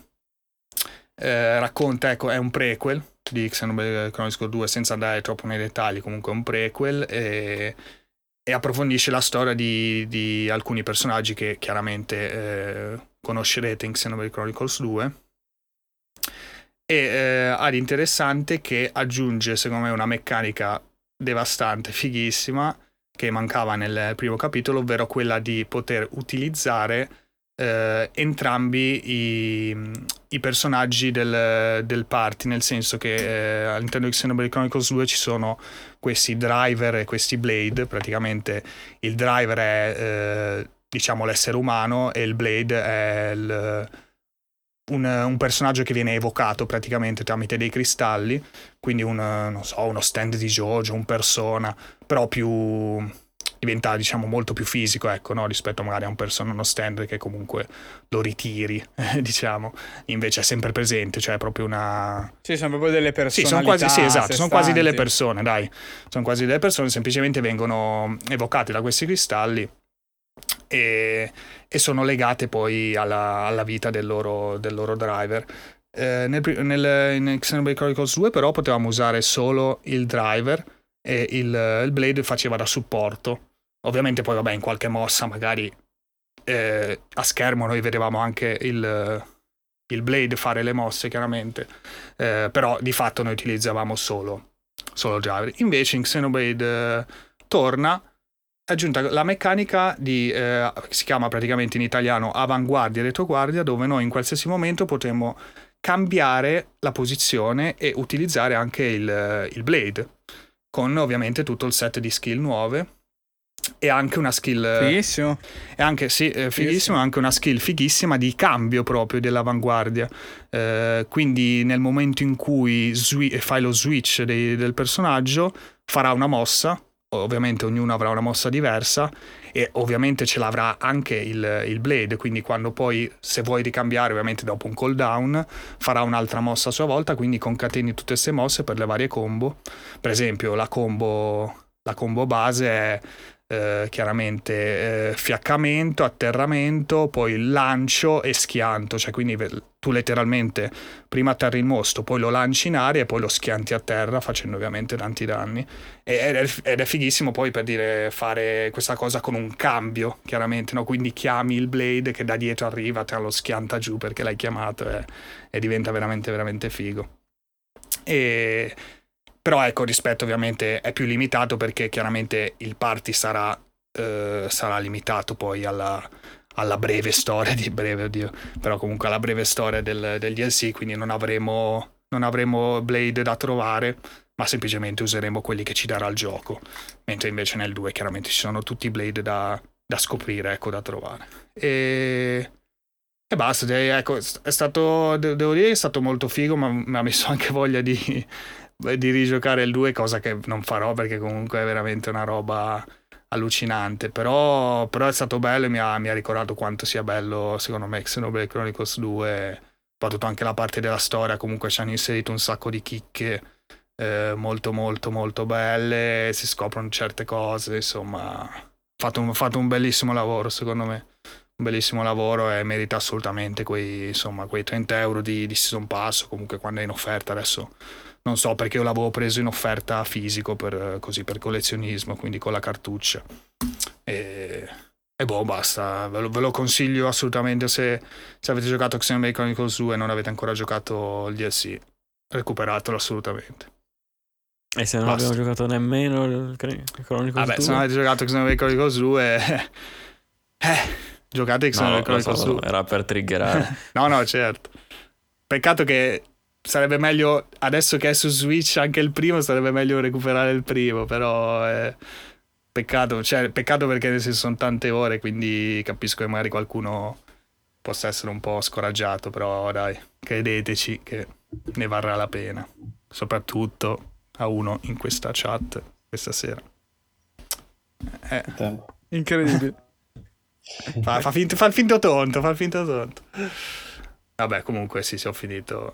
racconta, ecco, è un prequel di Xenoblade Chronicles 2, senza andare troppo nei dettagli, comunque è un prequel, e approfondisce la storia di alcuni personaggi che chiaramente conoscerete in Xenoblade Chronicles 2, e ha di interessante che aggiunge secondo me una meccanica devastante, fighissima, che mancava nel primo capitolo, ovvero quella di poter utilizzare entrambi i personaggi del party, nel senso che all'interno di Xenoblade Chronicles 2 ci sono questi driver e questi blade. Praticamente il driver è diciamo l'essere umano, e il blade è un personaggio che viene evocato praticamente tramite dei cristalli, quindi non so, uno stand di JoJo, un persona, però diventa diciamo molto più fisico, ecco, no? Rispetto magari a uno stand che comunque lo ritiri, diciamo. Invece è sempre presente, cioè è proprio una... Sì, sono proprio delle persone. Sì, sono quasi, sì, esatto, sono quasi delle persone, dai. Sono quasi delle persone, semplicemente vengono evocate da questi cristalli e sono legate poi alla vita del loro driver. In Xenoblade Chronicles 2 però potevamo usare solo il driver, e il blade faceva da supporto. Ovviamente poi vabbè, in qualche mossa magari a schermo noi vedevamo anche il blade fare le mosse, chiaramente, però di fatto noi utilizzavamo solo il driver. Invece in Xenoblade Torna è aggiunta la meccanica che si chiama praticamente in italiano avanguardia e retroguardia, dove noi in qualsiasi momento potremmo cambiare la posizione e utilizzare anche il blade, con ovviamente tutto il set di skill nuove, e anche una skill fighissimo, e anche fighissimo, anche una skill fighissima di cambio proprio dell'avanguardia, quindi nel momento in cui fai lo switch del personaggio farà una mossa, ovviamente ognuno avrà una mossa diversa, e ovviamente ce l'avrà anche il blade, quindi quando poi, se vuoi ricambiare, ovviamente dopo un cooldown farà un'altra mossa a sua volta, quindi concateni tutte queste mosse per le varie combo. Per esempio la combo base è chiaramente fiaccamento, atterramento, poi lancio e schianto, cioè quindi tu letteralmente prima atterri il mostro, poi lo lanci in aria e poi lo schianti a terra facendo ovviamente tanti danni ed è fighissimo poi per dire fare questa cosa con un cambio chiaramente, no? Quindi chiami il blade che da dietro arriva, te lo schianta giù perché l'hai chiamato e diventa veramente veramente figo. Però ecco, rispetto ovviamente è più limitato perché chiaramente il party sarà limitato poi alla breve storia di breve, oddio, però comunque alla breve storia del DLC, quindi non avremo Blade da trovare, ma semplicemente useremo quelli che ci darà il gioco, mentre invece nel 2 chiaramente ci sono tutti i Blade da scoprire, ecco, da trovare. E basta, ecco, è stato, devo dire, è stato molto figo, ma mi ha messo anche voglia di rigiocare il 2, cosa che non farò perché comunque è veramente una roba allucinante, però è stato bello e mi ha ricordato quanto sia bello secondo me Xenoblade Chronicles 2, soprattutto anche la parte della storia, comunque ci hanno inserito un sacco di chicche molto molto molto belle, si scoprono certe cose, insomma fatto un bellissimo lavoro secondo me, un bellissimo lavoro e merita assolutamente quei 30 euro di season pass, comunque quando è in offerta. Adesso non so perché io l'avevo preso in offerta fisico per collezionismo, quindi con la cartuccia e boh, basta, ve lo consiglio assolutamente se avete giocato Xenoblade Chronicles 2 e non avete ancora giocato il DLC, recuperatelo assolutamente. E se non abbiamo giocato nemmeno il Chronicles 2? Vabbè, se non avete giocato Xenoblade Chronicles 2 giocate Xenoblade Chronicles 2. Era per triggerare. no, certo. Peccato che sarebbe meglio, adesso che è su Switch anche il primo, sarebbe meglio recuperare il primo, però peccato perché nel senso sono tante ore, quindi capisco che magari qualcuno possa essere un po' scoraggiato, però dai, credeteci che ne varrà la pena, soprattutto a uno in questa chat questa sera. Incredibile. Fa il finto tonto. Vabbè, comunque sì, ho finito.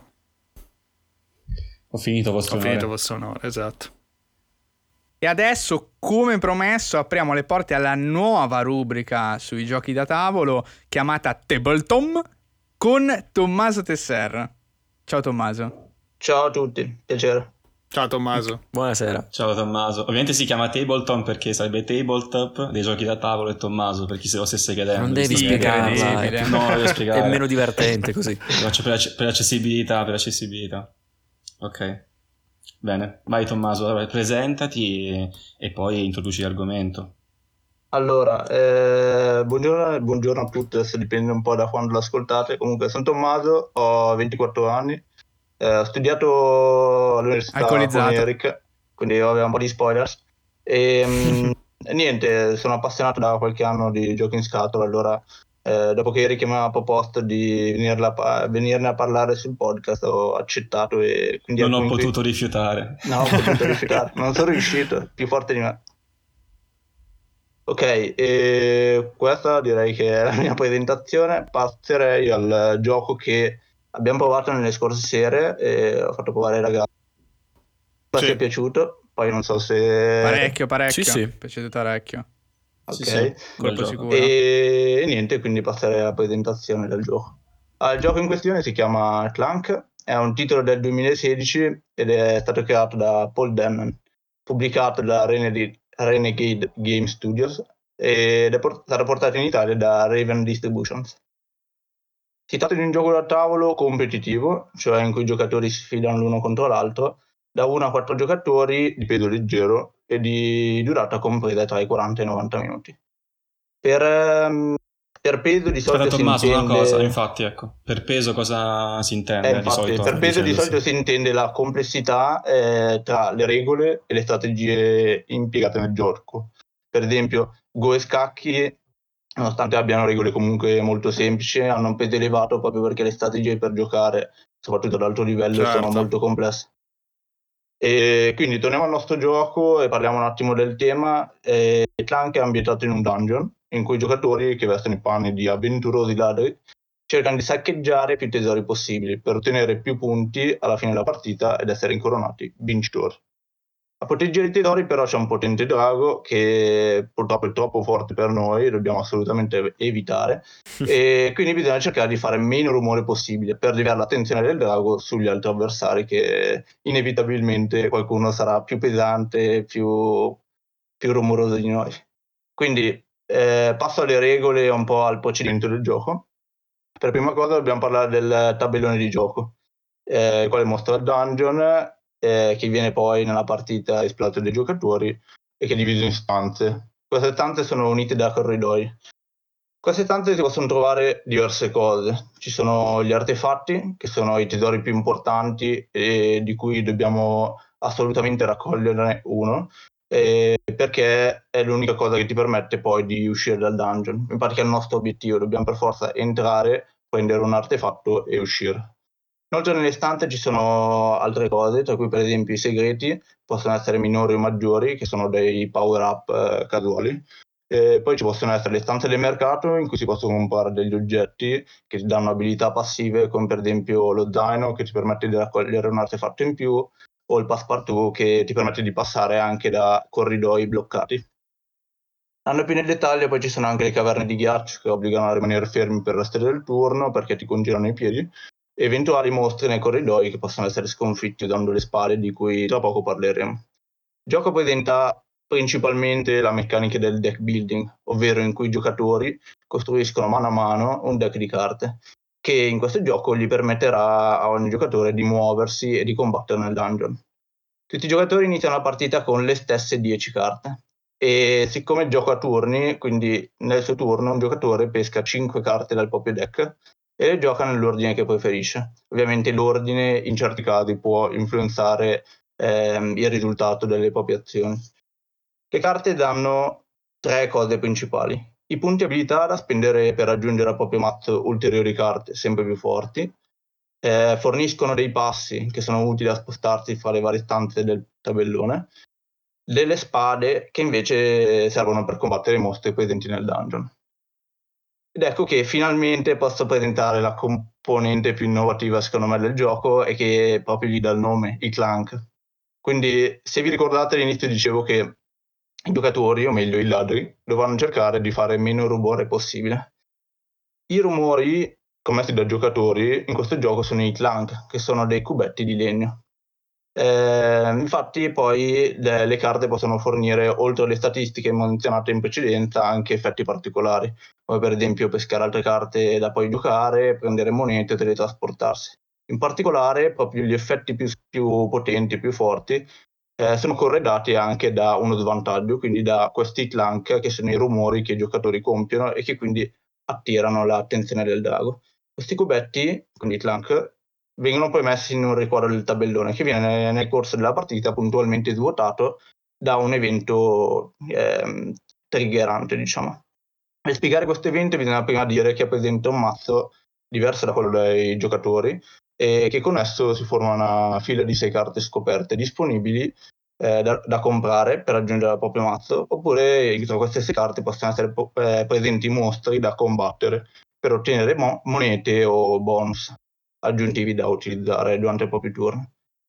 Ho finito vostro onore, esatto. E adesso, come promesso, apriamo le porte alla nuova rubrica sui giochi da tavolo chiamata Tabletop con Tommaso Tesser. Ciao Tommaso. Ciao a tutti, piacere. Ciao Tommaso. Buonasera. Ciao Tommaso. Ovviamente si chiama Tabletop perché sarebbe Tabletop dei giochi da tavolo e Tommaso, per chi se lo stesse chiedendo. Non devi spiegarla. No, devo spiegare. È meno divertente così. Lo faccio per accessibilità. Ok. Bene. Vai Tommaso, allora, presentati e poi introduci l'argomento. Allora, buongiorno a tutti, adesso dipende un po' da quando l'ascoltate. Comunque sono Tommaso, ho 24 anni, ho studiato all'università con Eric, quindi avevo un po' di spoilers. E niente, sono appassionato da qualche anno di giochi in scatola, allora dopo che Eric mi ha proposto di venirne a parlare sul podcast ho accettato e quindi non ho potuto rifiutare. No, ho potuto rifiutare, non sono riuscito, più forte di me. Ok, e questa direi che è la mia presentazione. Passerei al gioco che abbiamo provato nelle scorse sere e ho fatto provare ai ragazzi. Sì. Ti è piaciuto? Poi non so se... Parecchio. Sì. Mi è piaciuto parecchio. Ok, sì, colpo sicuro. E niente, quindi passerei alla presentazione del gioco. Il gioco in questione si chiama Clank, è un titolo del 2016 ed è stato creato da Paul Denman, pubblicato da Renegade Game Studios ed è stato portato in Italia da Raven Distributions. Si tratta di un gioco da tavolo competitivo, cioè in cui i giocatori si sfidano l'uno contro l'altro, da 1 a 4 giocatori di peso leggero e di durata compresa tra i 40 e i 90 minuti. Per peso di solito Tommaso, si intende... una cosa, infatti, ecco, per peso cosa si intende? Infatti, di solito, per peso di solito si intende la complessità tra le regole e le strategie impiegate nel gioco. Per esempio, Go e Scacchi, nonostante abbiano regole comunque molto semplici, hanno un peso elevato proprio perché le strategie per giocare, soprattutto ad alto livello, sono molto complesse. E quindi torniamo al nostro gioco e parliamo un attimo del tema. Clank è ambientato in un dungeon in cui i giocatori, che vestono i panni di avventurosi ladri, cercano di saccheggiare più tesori possibili per ottenere più punti alla fine della partita ed essere incoronati vincitori. A proteggere i tesori però c'è un potente drago che purtroppo è troppo forte per noi, dobbiamo assolutamente evitare, e quindi bisogna cercare di fare meno rumore possibile per desviare l'attenzione del drago sugli altri avversari, che inevitabilmente qualcuno sarà più pesante, più rumoroso di noi. Quindi passo alle regole, un po' al procedimento del gioco. Per prima cosa dobbiamo parlare del tabellone di gioco, il quale mostra il dungeon, che viene poi nella partita esplorato dai giocatori e che è diviso in stanze. Queste stanze sono unite da corridoi. Queste stanze si possono trovare diverse cose. Ci sono gli artefatti, che sono i tesori più importanti e di cui dobbiamo assolutamente raccoglierne uno, perché è l'unica cosa che ti permette poi di uscire dal dungeon. Infatti è il nostro obiettivo, dobbiamo per forza entrare, prendere un artefatto e uscire. Inoltre nelle stanze ci sono altre cose, tra cui per esempio i segreti, possono essere minori o maggiori, che sono dei power up casuali. Poi ci possono essere le stanze del mercato in cui si possono comprare degli oggetti che ti danno abilità passive, come per esempio lo zaino che ti permette di raccogliere un artefatto in più, o il passepartout che ti permette di passare anche da corridoi bloccati. Andando più nel dettaglio, poi ci sono anche le caverne di ghiaccio che obbligano a rimanere fermi per il resto del turno perché ti congelano i piedi, e eventuali mostri nei corridoi che possono essere sconfitti usando le spade, di cui tra poco parleremo. Il gioco presenta principalmente la meccanica del deck building, ovvero in cui i giocatori costruiscono mano a mano un deck di carte, che in questo gioco gli permetterà a ogni giocatore di muoversi e di combattere nel dungeon. Tutti i giocatori iniziano la partita con le stesse 10 carte, e siccome il gioco a turni, quindi nel suo turno un giocatore pesca 5 carte dal proprio deck e le gioca nell'ordine che preferisce. Ovviamente l'ordine in certi casi può influenzare il risultato delle proprie azioni. Le carte danno 3 cose principali: i punti abilità da spendere per aggiungere al proprio mazzo ulteriori carte sempre più forti, forniscono dei passi che sono utili a spostarsi fra le varie stanze del tabellone, delle spade che invece servono per combattere i mostri presenti nel dungeon. Ed ecco che finalmente posso presentare la componente più innovativa secondo me del gioco, e che proprio gli dà il nome, i clank. Quindi se vi ricordate all'inizio dicevo che i giocatori, o meglio i ladri, dovranno cercare di fare meno rumore possibile. I rumori commessi dai giocatori in questo gioco sono i clank, che sono dei cubetti di legno. Infatti poi le carte possono fornire, oltre alle statistiche menzionate in precedenza, anche effetti particolari, come per esempio pescare altre carte da poi giocare, prendere monete e teletrasportarsi. In particolare proprio gli effetti più potenti, più forti, sono corredati anche da uno svantaggio, quindi da questi clank, che sono i rumori che i giocatori compiono e che quindi attirano l'attenzione del drago. Questi cubetti, quindi i clank, vengono poi messi in un riquadro del tabellone che viene nel corso della partita puntualmente svuotato da un evento triggerante, diciamo. Per spiegare questo evento bisogna prima dire che presenta un mazzo diverso da quello dei giocatori, e che con esso si forma una fila di 6 carte scoperte disponibili da comprare per aggiungere al proprio mazzo, oppure tra queste 6 carte possono essere presenti mostri da combattere per ottenere monete o bonus aggiuntivi da utilizzare durante il proprio turno.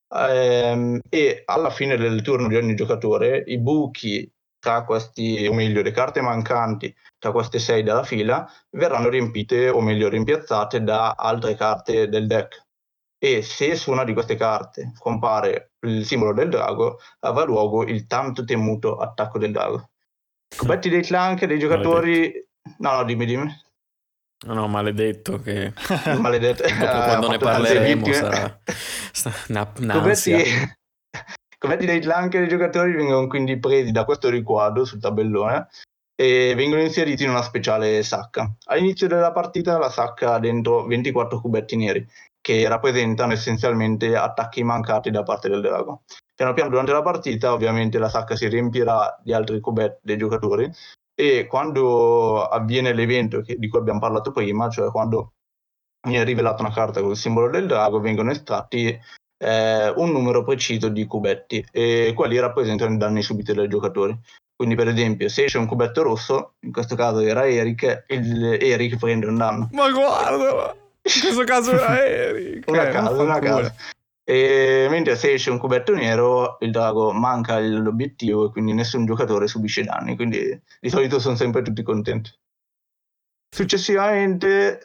E alla fine del turno di ogni giocatore i buchi tra questi, o meglio le carte mancanti tra queste 6 della fila, verranno riempite, o meglio rimpiazzate, da altre carte del deck, e se su una di queste carte compare il simbolo del drago avrà luogo il tanto temuto attacco del drago. Cubetti dei clank dei giocatori... No, dimmi. No, maledetto che Maledetto. dopo quando ne parleremo sarà un'ansia. Cubetti dei clank dei giocatori vengono quindi presi da questo riquadro sul tabellone e vengono inseriti in una speciale sacca. All'inizio della partita la sacca ha dentro 24 cubetti neri che rappresentano essenzialmente attacchi mancati da parte del drago. Piano piano durante la partita ovviamente la sacca si riempirà di altri cubetti dei giocatori, e quando avviene l'evento di cui abbiamo parlato prima, cioè quando viene rivelata una carta con il simbolo del drago, vengono estratti un numero preciso di cubetti, e quelli rappresentano i danni subiti dai giocatori. Quindi per esempio se esce un cubetto rosso, in questo caso era Eric, Eric prende un danno. Ma guarda, in questo caso era Eric. Una casa. E mentre se esce un cubetto nero, il drago manca l'obiettivo e quindi nessun giocatore subisce danni, quindi di solito sono sempre tutti contenti. Successivamente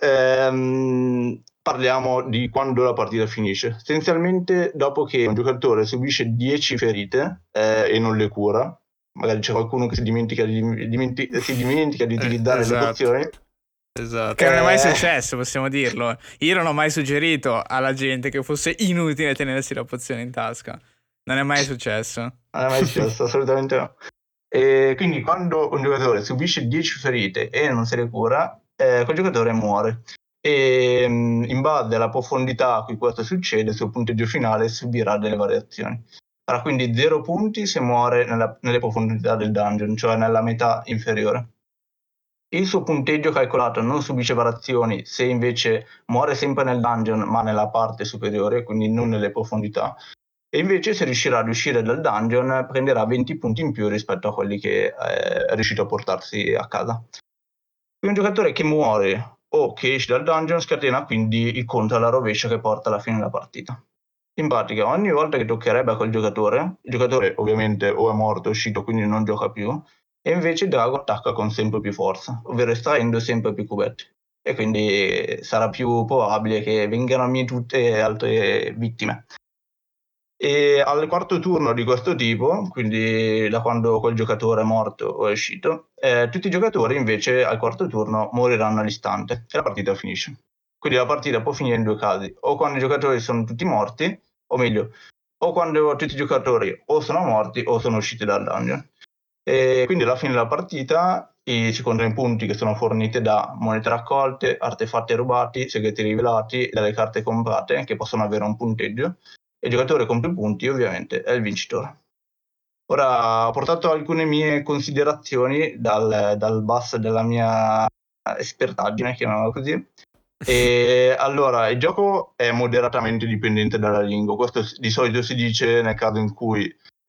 parliamo di quando la partita finisce. Essenzialmente dopo che un giocatore subisce 10 ferite e non le cura, magari c'è qualcuno che si dimentica di utilizzare le Esatto. pozioni. Esatto. Che non è mai successo, possiamo dirlo. Io non ho mai suggerito alla gente che fosse inutile tenersi la pozione in tasca. Non è mai successo. Non è mai successo, assolutamente no. E quindi quando un giocatore subisce 10 ferite e non se le cura, quel giocatore muore. E in base alla profondità a cui questo succede, il suo punteggio finale subirà delle variazioni. Farà quindi 0 punti se muore nelle profondità del dungeon, cioè nella metà inferiore. Il suo punteggio calcolato non subisce variazioni se invece muore sempre nel dungeon ma nella parte superiore, quindi non nelle profondità. E invece se riuscirà ad uscire dal dungeon prenderà 20 punti in più rispetto a quelli che è riuscito a portarsi a casa. Un giocatore che muore o che esce dal dungeon scatena quindi il conto alla rovescia che porta alla fine della partita. In pratica ogni volta che toccherebbe a quel giocatore, il giocatore ovviamente o è morto o è uscito quindi non gioca più, e invece il drago attacca con sempre più forza, ovvero estraendo sempre più cubetti. E quindi sarà più probabile che vengano mietute altre vittime. E al quarto turno di questo tipo, quindi da quando quel giocatore è morto o è uscito, tutti i giocatori invece al quarto turno moriranno all'istante e la partita finisce. Quindi la partita può finire in 2 casi, o quando i giocatori sono tutti morti, o meglio, o quando tutti i giocatori o sono morti o sono usciti dal dungeon. E quindi alla fine della partita si contano i punti che sono forniti da monete raccolte, artefatti rubati, segreti rivelati e dalle carte comprate che possono avere un punteggio. E il giocatore con più punti ovviamente è il vincitore. Ora ho portato alcune mie considerazioni dal bus della mia espertaggine, chiamiamola così. E allora, il gioco è moderatamente dipendente dalla lingua. Questo di solito si dice nel caso in cui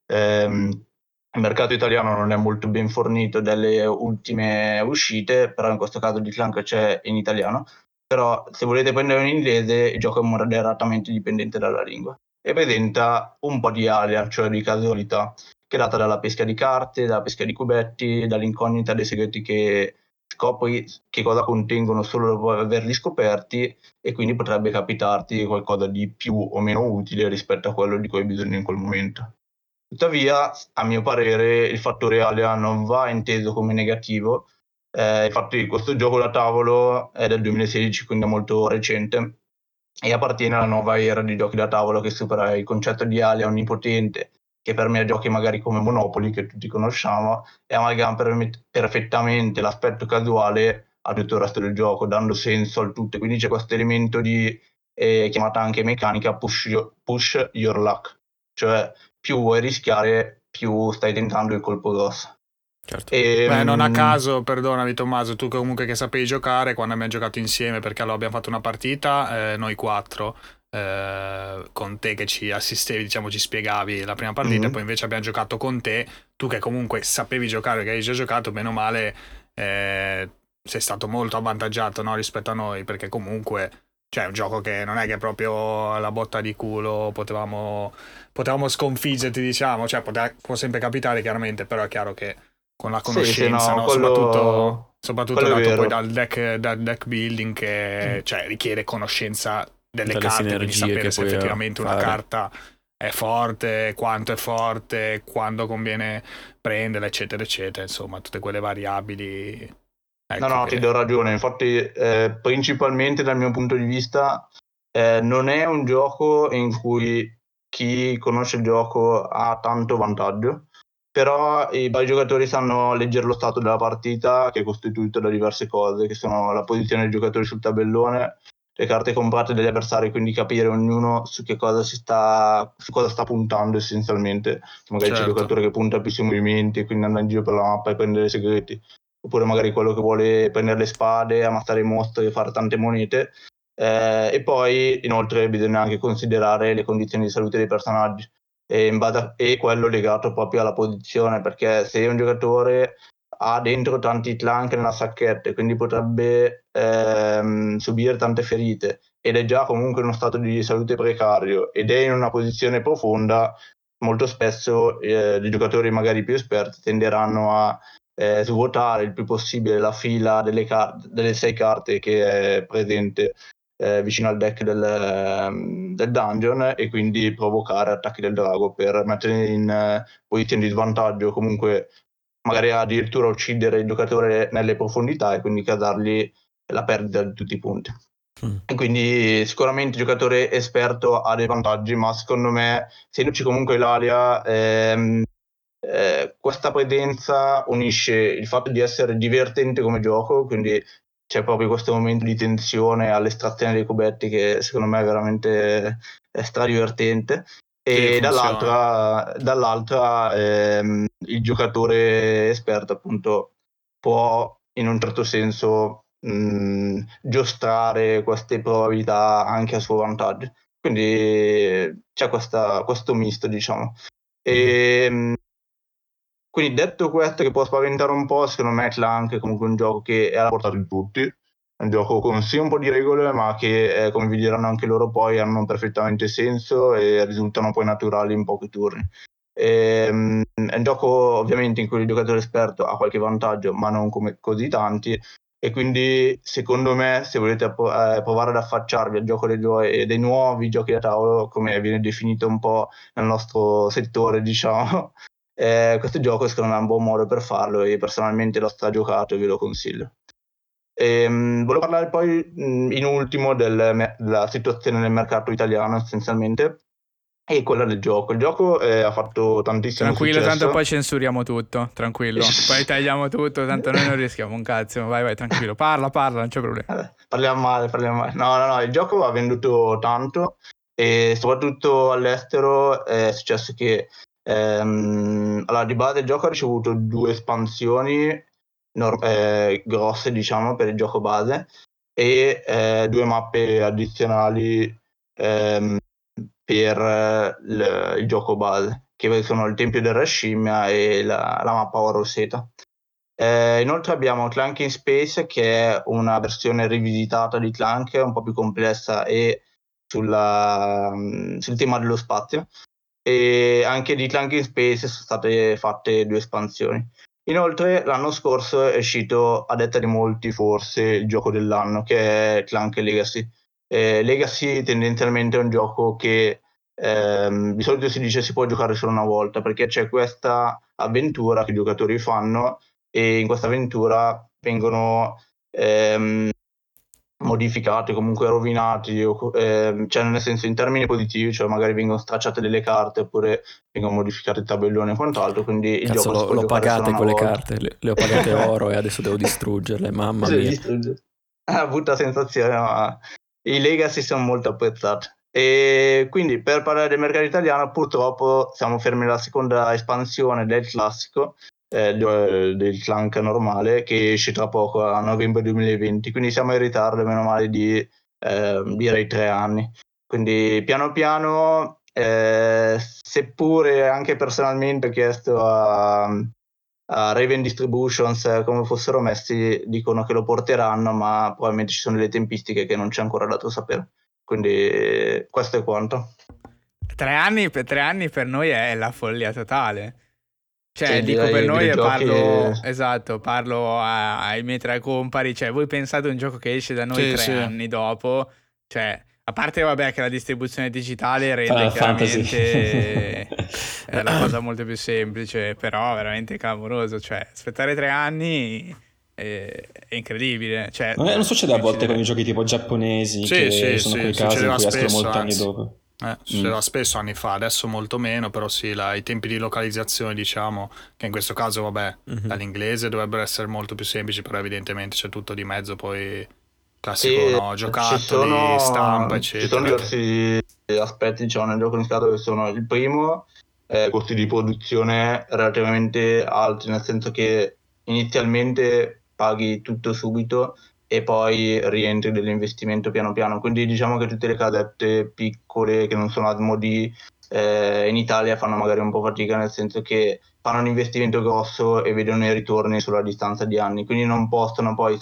il mercato italiano non è molto ben fornito delle ultime uscite, però in questo caso di Clank c'è in italiano. Però se volete prendere in inglese, il gioco è moderatamente dipendente dalla lingua e presenta un po' di alia, cioè di casualità, che è data dalla pesca di carte, dalla pesca di cubetti, dall'incognita dei segreti che scopri che cosa contengono solo dopo averli scoperti, e quindi potrebbe capitarti qualcosa di più o meno utile rispetto a quello di cui hai bisogno in quel momento. Tuttavia, a mio parere, il fattore alia non va inteso come negativo. Infatti questo gioco da tavolo è del 2016, quindi è molto recente, e appartiene alla nuova era di giochi da tavolo che supera il concetto di alia onnipotente che permea giochi magari come Monopoly, che tutti conosciamo, e amalgama perfettamente l'aspetto casuale a tutto il resto del gioco, dando senso al tutto. Quindi c'è questo elemento di chiamata anche meccanica push your luck, cioè più vuoi rischiare, più stai tentando il colpo grosso. Certo. Beh, non a caso, perdonami Tommaso, tu comunque che sapevi giocare, quando abbiamo giocato insieme, perché allora abbiamo fatto una partita, noi 4, con te che ci assistevi, diciamo ci spiegavi la prima partita, e poi invece abbiamo giocato con te, tu che comunque sapevi giocare, che hai già giocato, bene o male, sei stato molto avvantaggiato, no, rispetto a noi, perché comunque cioè è un gioco che non è che proprio la botta di culo potevamo sconfiggerti, diciamo, cioè può sempre capitare chiaramente, però è chiaro che con la conoscenza, sì, no, no? Soprattutto quello dato poi vero. dal deck building che cioè, richiede conoscenza delle Delle carte, quindi sinergie sapere che se puoi effettivamente una fare. carta è forte, quanto è forte, quando conviene prenderla, eccetera, eccetera, insomma, tutte quelle variabili. Ecco No, ti do ragione. Infatti, principalmente dal mio punto di vista, non è un gioco in cui chi conosce il gioco ha tanto vantaggio, però i vari giocatori sanno leggere lo stato della partita, che è costituito da diverse cose, che sono la posizione dei giocatori sul tabellone, le carte comprate dagli avversari, quindi capire ognuno su cosa sta puntando essenzialmente. Magari c'è il certo. giocatore che punta più sui movimenti e quindi anda in giro per la mappa e prende i segreti, oppure magari quello che vuole prendere le spade, ammazzare i mostri e fare tante monete. E poi inoltre bisogna anche considerare le condizioni di salute dei personaggi e quello legato proprio alla posizione, perché se un giocatore ha dentro tanti clank nella sacchetta e quindi potrebbe subire tante ferite, ed è già comunque in uno stato di salute precario ed è in una posizione profonda, molto spesso i giocatori magari più esperti tenderanno a svuotare il più possibile la fila delle 6 carte che è presente vicino al deck del dungeon, e quindi provocare attacchi del drago per mettere in posizione di svantaggio, comunque magari addirittura uccidere il giocatore nelle profondità e quindi causargli la perdita di tutti i punti. E quindi sicuramente il giocatore esperto ha dei vantaggi, ma secondo me, essendoci comunque l'Alia, questa presenza unisce il fatto di essere divertente come gioco, quindi c'è proprio questo momento di tensione all'estrazione dei cubetti che secondo me è veramente stradivertente, e dall'altra il giocatore esperto appunto può in un certo senso giostrare queste probabilità anche a suo vantaggio, quindi c'è questo misto, diciamo. Quindi detto questo, che può spaventare un po', secondo me Clank è comunque un gioco che è alla portata di tutti, è un gioco con sì un po' di regole, ma che come vi diranno anche loro poi hanno perfettamente senso e risultano poi naturali in pochi turni. È un gioco ovviamente in cui il giocatore esperto ha qualche vantaggio, ma non come così tanti, e quindi secondo me, se volete provare ad affacciarvi al gioco dei nuovi giochi da tavolo, come viene definito un po' nel nostro settore, diciamo, questo gioco secondo me è un buon modo per farlo e personalmente l'ho stragiocato e ve lo consiglio. Volevo parlare poi in ultimo della situazione nel mercato italiano essenzialmente, e quella del gioco. Il gioco ha fatto tantissimo Tranquillo, successo. tanto poi censuriamo tutto, tranquillo. Poi tagliamo tutto, tanto noi non rischiamo un cazzo. Vai, tranquillo. Parla, non c'è problema. Parliamo male. No, il gioco ha venduto tanto e soprattutto all'estero è successo che allora, di base il gioco ha ricevuto 2 espansioni grosse, diciamo, per il gioco base, e 2 mappe addizionali per il gioco base, che sono il Tempio del Re Scimmia e la mappa Oro Seta. Inoltre abbiamo Clank in Space, che è una versione rivisitata di Clank, un po' più complessa e sul tema dello spazio, e anche di Clank in Space sono state fatte 2 espansioni. Inoltre l'anno scorso è uscito, a detta di molti forse, il gioco dell'anno, che è Clank Legacy. Legacy tendenzialmente è un gioco che di solito si dice si può giocare solo una volta, perché c'è questa avventura che i giocatori fanno, e in questa avventura vengono modificati, comunque rovinati, cioè nel senso in termini positivi, cioè magari vengono stracciate delle carte oppure vengono modificati il tabellone e quant'altro, quindi il Cazzo, gioco si può l'ho giocare pagate solo una quelle volta. carte, le ho pagate oro e adesso devo distruggerle, mamma mia. È una brutta sensazione, ma i Legacy sono molto apprezzati. E quindi per parlare del mercato italiano, purtroppo siamo fermi alla seconda espansione del classico, del Clank normale, che esce tra poco a novembre 2020, quindi siamo in ritardo meno male di direi 3 anni. Quindi piano piano, seppure anche personalmente ho chiesto a Raven Distributions come fossero messi, dicono che lo porteranno, ma probabilmente ci sono delle tempistiche che non c'è ancora dato sapere. Quindi questo è quanto. 3 anni per noi è la follia totale. Cioè, Sì, dico per direi noi e videogiochi- parlo ai miei 3 compari. Cioè, voi pensate a un gioco che esce da noi Sì, 3 sì. anni dopo? Cioè, a parte vabbè che la distribuzione digitale rende Final Fantasy. chiaramente la cosa molto più semplice, però veramente clamoroso. Cioè, aspettare 3 anni è incredibile. Cioè, Non succede a volte con coincidere. i giochi tipo giapponesi, Sì, che sì, sono sì, quei casi in succedeva cui escono spesso, molti anni anzi. dopo. Succedeva spesso anni fa, adesso molto meno, però sì, i tempi di localizzazione, diciamo, che in questo caso, vabbè, dall'inglese dovrebbero essere molto più semplici, però evidentemente c'è tutto di mezzo, poi classico, Sì, no, giocattoli, stampa, ci sono eccetera. diversi aspetti, diciamo, nel gioco in scatola, che sono il primo, costi di produzione relativamente alti, nel senso che inizialmente paghi tutto subito e poi rientri dell'investimento piano piano. Quindi diciamo che tutte le casette piccole che non sono Asmodee in Italia fanno magari un po' fatica, nel senso che fanno un investimento grosso e vedono i ritorni sulla distanza di anni, quindi non possono poi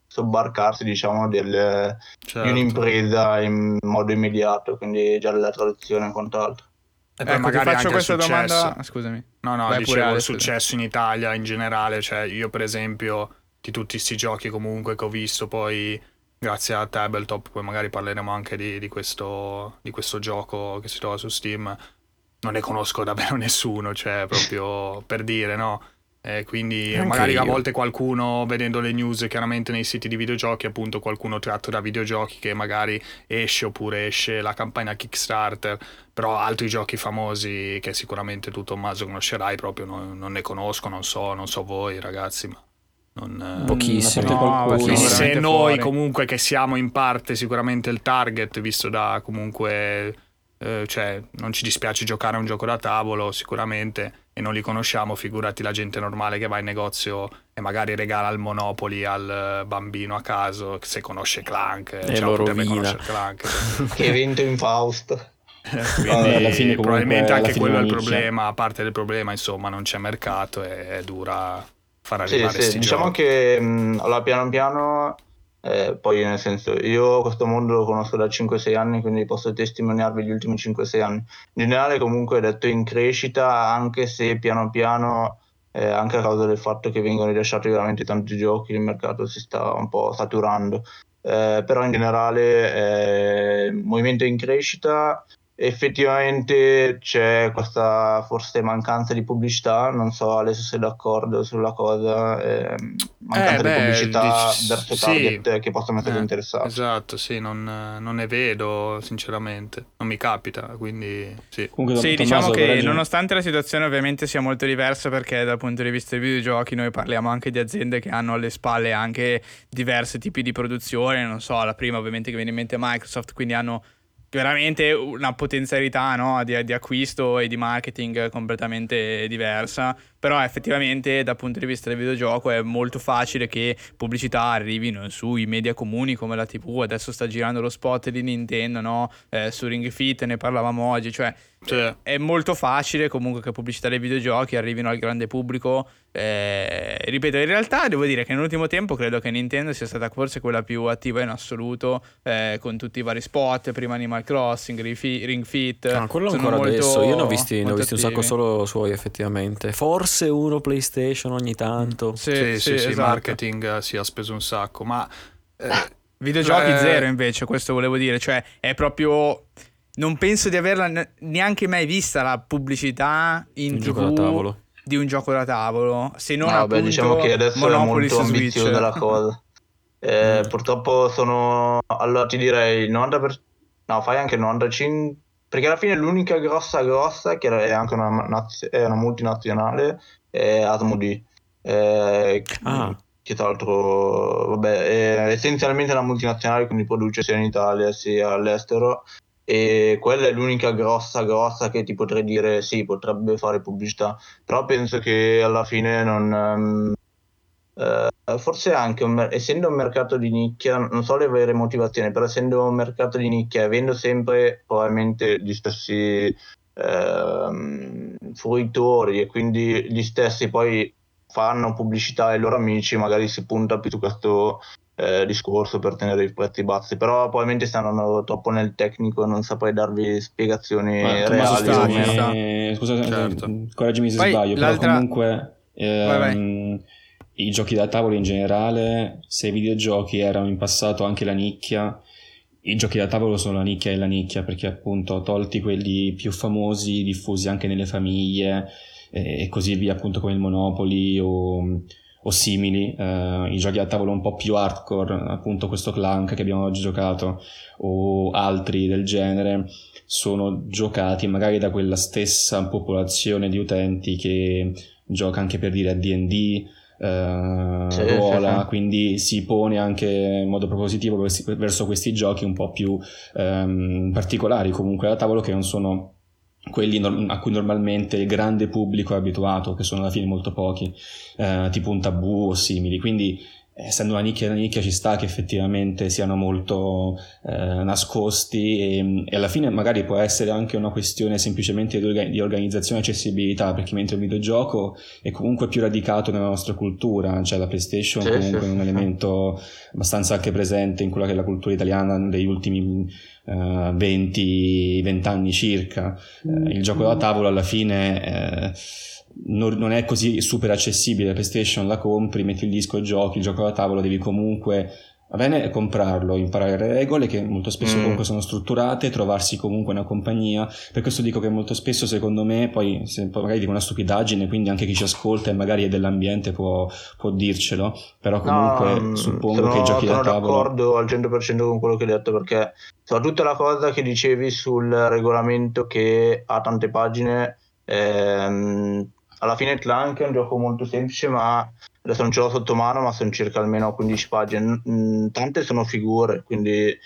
sobbarcarsi, diciamo, di Certo. un'impresa in modo immediato, quindi già della traduzione e quant'altro. E poi Ecco, ti magari faccio anche il questa successo. domanda. Scusami. No, Vai pure, dicevo il Ale, scusa. successo in Italia in generale, cioè io per esempio di tutti questi giochi comunque che ho visto poi grazie a Tabletop, poi magari parleremo anche di questo gioco che si trova su Steam, non ne conosco davvero nessuno, cioè proprio per dire, no? Quindi Anche magari a io. volte qualcuno vedendo le news chiaramente nei siti di videogiochi, appunto qualcuno tratto da videogiochi che magari esce oppure esce la campagna Kickstarter, però altri giochi famosi che sicuramente tu Tommaso conoscerai proprio non ne conosco, non so voi ragazzi, ma non... Pochissimi. A parte No, qualcuno. Quindi se veramente noi fuori. comunque che siamo in parte sicuramente il target, visto da comunque, cioè non ci dispiace giocare a un gioco da tavolo sicuramente e non li conosciamo, figurati la gente normale che va in negozio e magari regala il Monopoly al bambino a caso, se conosce Clank, E cioè, lo potrebbe rovina. conoscere Clank. Che evento infausto. Quindi alla fine comunque, probabilmente alla anche fine quello è il una nicchia. problema, a parte del problema, insomma, non c'è mercato e è dura far Sì, arrivare sì, sti diciamo giochi. che allora, piano piano, poi nel senso, io questo mondo lo conosco da 5-6 anni, quindi posso testimoniarvi gli ultimi 5-6 anni. In generale comunque è detto in crescita, anche se piano piano, anche a causa del fatto che vengono rilasciati veramente tanti giochi, il mercato si sta un po' saturando. Però in generale movimento in crescita. Effettivamente c'è questa forse mancanza di pubblicità, non so Alessio se sei d'accordo sulla cosa, mancanza di pubblicità verso sì, target che possono essere interessati. esatto, sì, non ne vedo sinceramente, non mi capita, quindi sì. Comunque, Sì, Tommaso, diciamo che vorrei nonostante la situazione ovviamente sia molto diversa, perché dal punto di vista dei videogiochi noi parliamo anche di aziende che hanno alle spalle anche diversi tipi di produzione, non so, la prima ovviamente che viene in mente è Microsoft, quindi hanno veramente una potenzialità, no, di acquisto e di marketing completamente diversa, però effettivamente dal punto di vista del videogioco è molto facile che pubblicità arrivino sui media comuni come la TV, adesso sta girando lo spot di Nintendo, no? Su Ring Fit ne parlavamo oggi, cioè Cioè, è molto facile comunque che pubblicità dei videogiochi arrivino al grande pubblico. Ripeto, in realtà devo dire che nell'ultimo tempo credo che Nintendo sia stata forse quella più attiva in assoluto, con tutti i vari spot, prima Animal Crossing, Ring Fit. Quello sono ancora molto- adesso. Io ne ho visti molto un sacco attivi. solo suoi effettivamente. Forse uno PlayStation ogni tanto. sì, esatto. marketing si ha speso un sacco, ma Videogiochi eh, zero invece, questo volevo dire, cioè è proprio... Non penso di averla neanche mai vista la pubblicità in Un TV gioco da tavolo. di un gioco da tavolo, se non No, vabbè, appunto diciamo che adesso Monopoly è su molto Switch. ambiziosa la cosa. Purtroppo allora ti direi il 90%, no, fai anche il 95%, perché alla fine l'unica grossa, che è anche è una multinazionale, è Asmodee. Ah. Che tra l'altro, vabbè, è essenzialmente una multinazionale, quindi produce sia in Italia sia all'estero. E quella è l'unica grossa che ti potrei dire sì, potrebbe fare pubblicità, però penso che alla fine non... forse anche essendo un mercato di nicchia, non so le vere motivazioni, però essendo un mercato di nicchia, avendo sempre probabilmente gli stessi fruitori e quindi gli stessi poi fanno pubblicità ai loro amici, magari si punta più su questo discorso per tenere i prezzi bassi, però probabilmente stanno troppo nel tecnico e non saprei darvi spiegazioni Ma Tommaso, reali o meno. sta. Certo. correggimi se Poi sbaglio, però l'altra- comunque Vai. i giochi da tavolo in generale, se i videogiochi erano in passato anche la nicchia, i giochi da tavolo sono la nicchia e la nicchia, perché appunto tolti quelli più famosi, diffusi anche nelle famiglie e così via, appunto come il Monopoly o simili, i giochi da tavolo un po' più hardcore, appunto questo Clank che abbiamo oggi giocato o altri del genere, sono giocati magari da quella stessa popolazione di utenti che gioca anche per dire a D&D, ruola, Sì. quindi si pone anche in modo propositivo verso questi giochi un po' più particolari comunque da tavolo, che non sono quelli a cui normalmente il grande pubblico è abituato, che sono alla fine molto pochi, tipo un Tabù o simili. Quindi essendo una nicchia ci sta che effettivamente siano molto nascosti e alla fine magari può essere anche una questione semplicemente di organizzazione e accessibilità, perché mentre il videogioco è comunque più radicato nella nostra cultura, cioè la PlayStation comunque è un elemento abbastanza anche presente in quella che è la cultura italiana degli ultimi 20 anni circa. Il gioco da tavolo alla fine non è così super accessibile. La PlayStation la compri, metti il disco e giochi. Il gioco da tavolo devi comunque, va bene, comprarlo, imparare le regole che molto spesso comunque sono strutturate, trovarsi comunque una compagnia. Per questo dico che molto spesso, secondo me, poi magari dico una stupidaggine, quindi anche chi ci ascolta e magari è dell'ambiente può dircelo, però comunque suppongo che i giochi da tavolo... Sono d'accordo al 100% con quello che hai detto, perché soprattutto la cosa che dicevi sul regolamento che ha tante pagine, alla fine Clank è un gioco molto semplice, ma adesso non ce l'ho sotto mano, ma sono circa almeno 15 pagine. Tante sono figure, quindi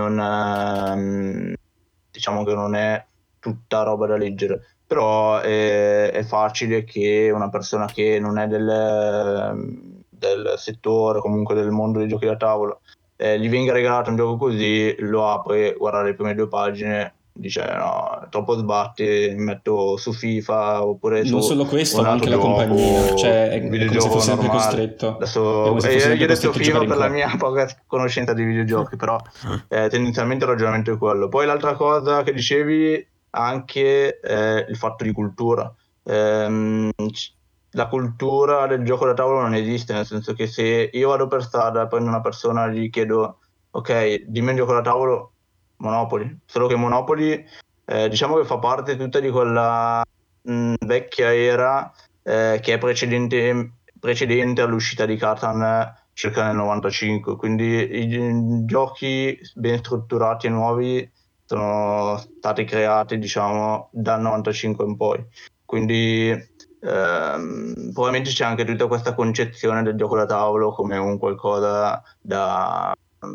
diciamo che non è tutta roba da leggere, però è facile che una persona che non è del settore, comunque del mondo dei giochi da tavolo, gli venga regalato un gioco così, lo apre, guarda le prime 2 pagine, dice no, troppo sbatti, mi metto su FIFA oppure non solo questo, ma anche la compagnia, cioè è come se fosse sempre costretto. Adesso io ho detto FIFA per la mia poca conoscenza di videogiochi, però tendenzialmente il ragionamento è quello. Poi l'altra cosa che dicevi anche il fatto di cultura. La cultura del gioco da tavolo non esiste, nel senso che se io vado per strada, prendo una persona e gli chiedo ok, dimmi un gioco da tavolo, Monopoly, solo che Monopoly diciamo che fa parte tutta di quella vecchia era che è precedente all'uscita di Catan circa nel 95, quindi i giochi ben strutturati e nuovi sono stati creati diciamo dal 95 in poi, quindi probabilmente c'è anche tutta questa concezione del gioco da tavolo come un qualcosa da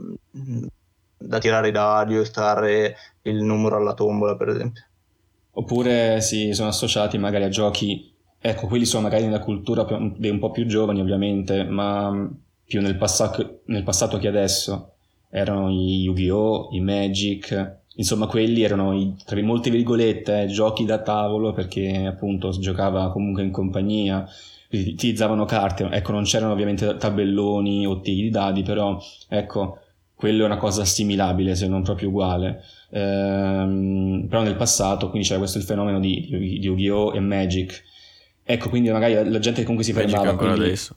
tirare i dadi o estrarre il numero alla tombola, per esempio. Oppure si sono associati magari a giochi, ecco, quelli sono magari nella cultura un po' più giovani ovviamente, ma più nel passato che adesso. Erano i Yu-Gi-Oh!, i Magic, insomma quelli erano tra molte virgolette giochi da tavolo, perché appunto si giocava comunque in compagnia, utilizzavano carte, ecco, non c'erano ovviamente tabelloni o tiri di dadi, però ecco, quello è una cosa assimilabile se non proprio uguale. Però nel passato quindi c'era questo il fenomeno di Yu-Gi-Oh! E Magic, ecco, quindi magari la gente comunque si fermava ancora quindi, adesso.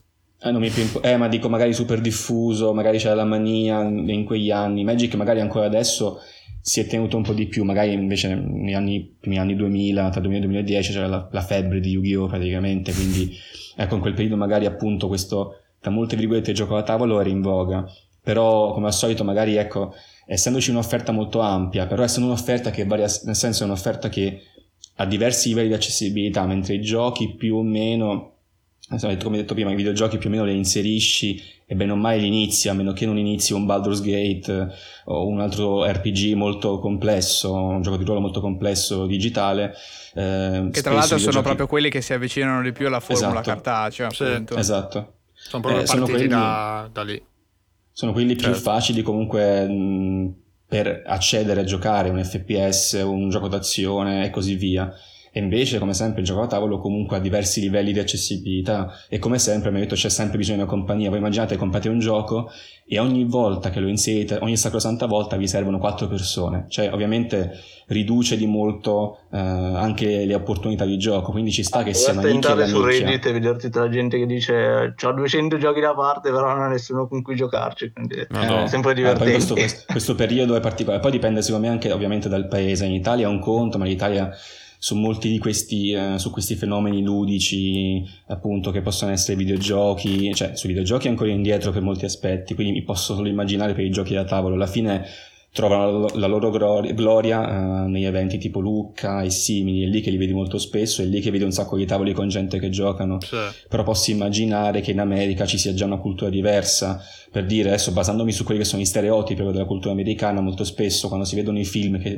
ma dico magari super diffuso, magari c'era la mania in quegli anni. Magic magari ancora adesso si è tenuto un po' di più, magari invece nei primi anni 2000, tra 2000 e 2010 c'era la febbre di Yu-Gi-Oh! Praticamente, quindi ecco, in quel periodo magari appunto questo, tra molte virgolette, gioco da tavolo era in voga. Però come al solito magari ecco, essendoci un'offerta molto ampia, però essendo un'offerta che varia, nel senso è un'offerta che ha diversi livelli di accessibilità, mentre i giochi più o meno, come detto prima, i videogiochi più o meno li inserisci e bene o male li inizi, a meno che non inizi un Baldur's Gate o un altro RPG molto complesso, un gioco di ruolo molto complesso digitale, che tra l'altro sono proprio quelli che si avvicinano di più alla formula cartacea, appunto. Esatto, sono proprio partiti da lì. Sono quelli più facili comunque per accedere a giocare un FPS, un gioco d'azione e così via. E invece, come sempre, il gioco a tavolo comunque ha diversi livelli di accessibilità e come sempre, mi ha detto, c'è sempre bisogno di una compagnia. Voi immaginate, comprate un gioco e ogni volta che lo inserite, ogni sacrosanta volta vi servono 4 persone. Cioè, ovviamente riduce di molto anche le opportunità di gioco, quindi ci sta che sia una nicchia e la su nicchia. Reddit e vederti tra la gente che dice c'ho 200 giochi da parte, però non ho nessuno con cui giocarci, quindi è sempre divertente. Poi questo periodo è particolare, poi dipende secondo me anche ovviamente dal paese. In Italia è un conto, ma l'Italia su molti di questi fenomeni ludici, appunto, che possono essere videogiochi, cioè su videogiochi è ancora indietro per molti aspetti, quindi mi posso solo immaginare per i giochi da tavolo. Alla fine trovano la loro gloria negli eventi tipo Lucca e simili, è lì che li vedi molto spesso, è lì che vedi un sacco di tavoli con gente che giocano. Sì. Però posso immaginare che in America ci sia già una cultura diversa, per dire, adesso basandomi su quelli che sono gli stereotipi della cultura americana, molto spesso quando si vedono i film che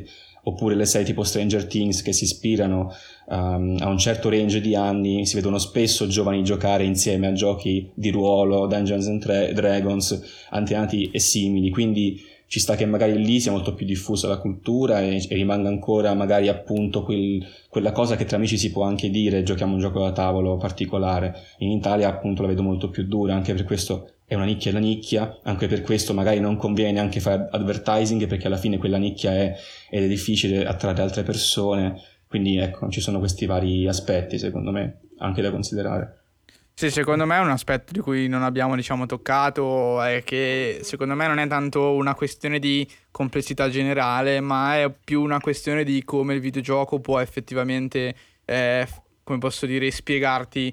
oppure le serie tipo Stranger Things che si ispirano a un certo range di anni, si vedono spesso giovani giocare insieme a giochi di ruolo, Dungeons and Dragons, antenati e simili, quindi ci sta che magari lì sia molto più diffusa la cultura e rimanga ancora magari appunto quella cosa che tra amici si può anche dire giochiamo un gioco da tavolo particolare. In Italia appunto la vedo molto più dura, anche per questo è una nicchia la nicchia, anche per questo magari non conviene neanche fare advertising, perché alla fine quella nicchia è ed è difficile attrarre altre persone, quindi ecco, ci sono questi vari aspetti secondo me anche da considerare. Sì, secondo me un aspetto di cui non abbiamo, diciamo, toccato è che secondo me non è tanto una questione di complessità generale, ma è più una questione di come il videogioco può effettivamente, come posso dire, spiegarti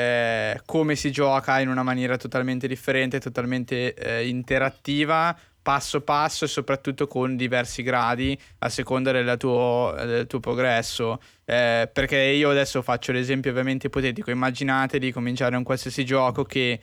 come si gioca in una maniera totalmente differente, totalmente interattiva, passo passo e soprattutto con diversi gradi a seconda del tuo progresso. Perché io adesso faccio l'esempio ovviamente ipotetico, immaginate di cominciare un qualsiasi gioco che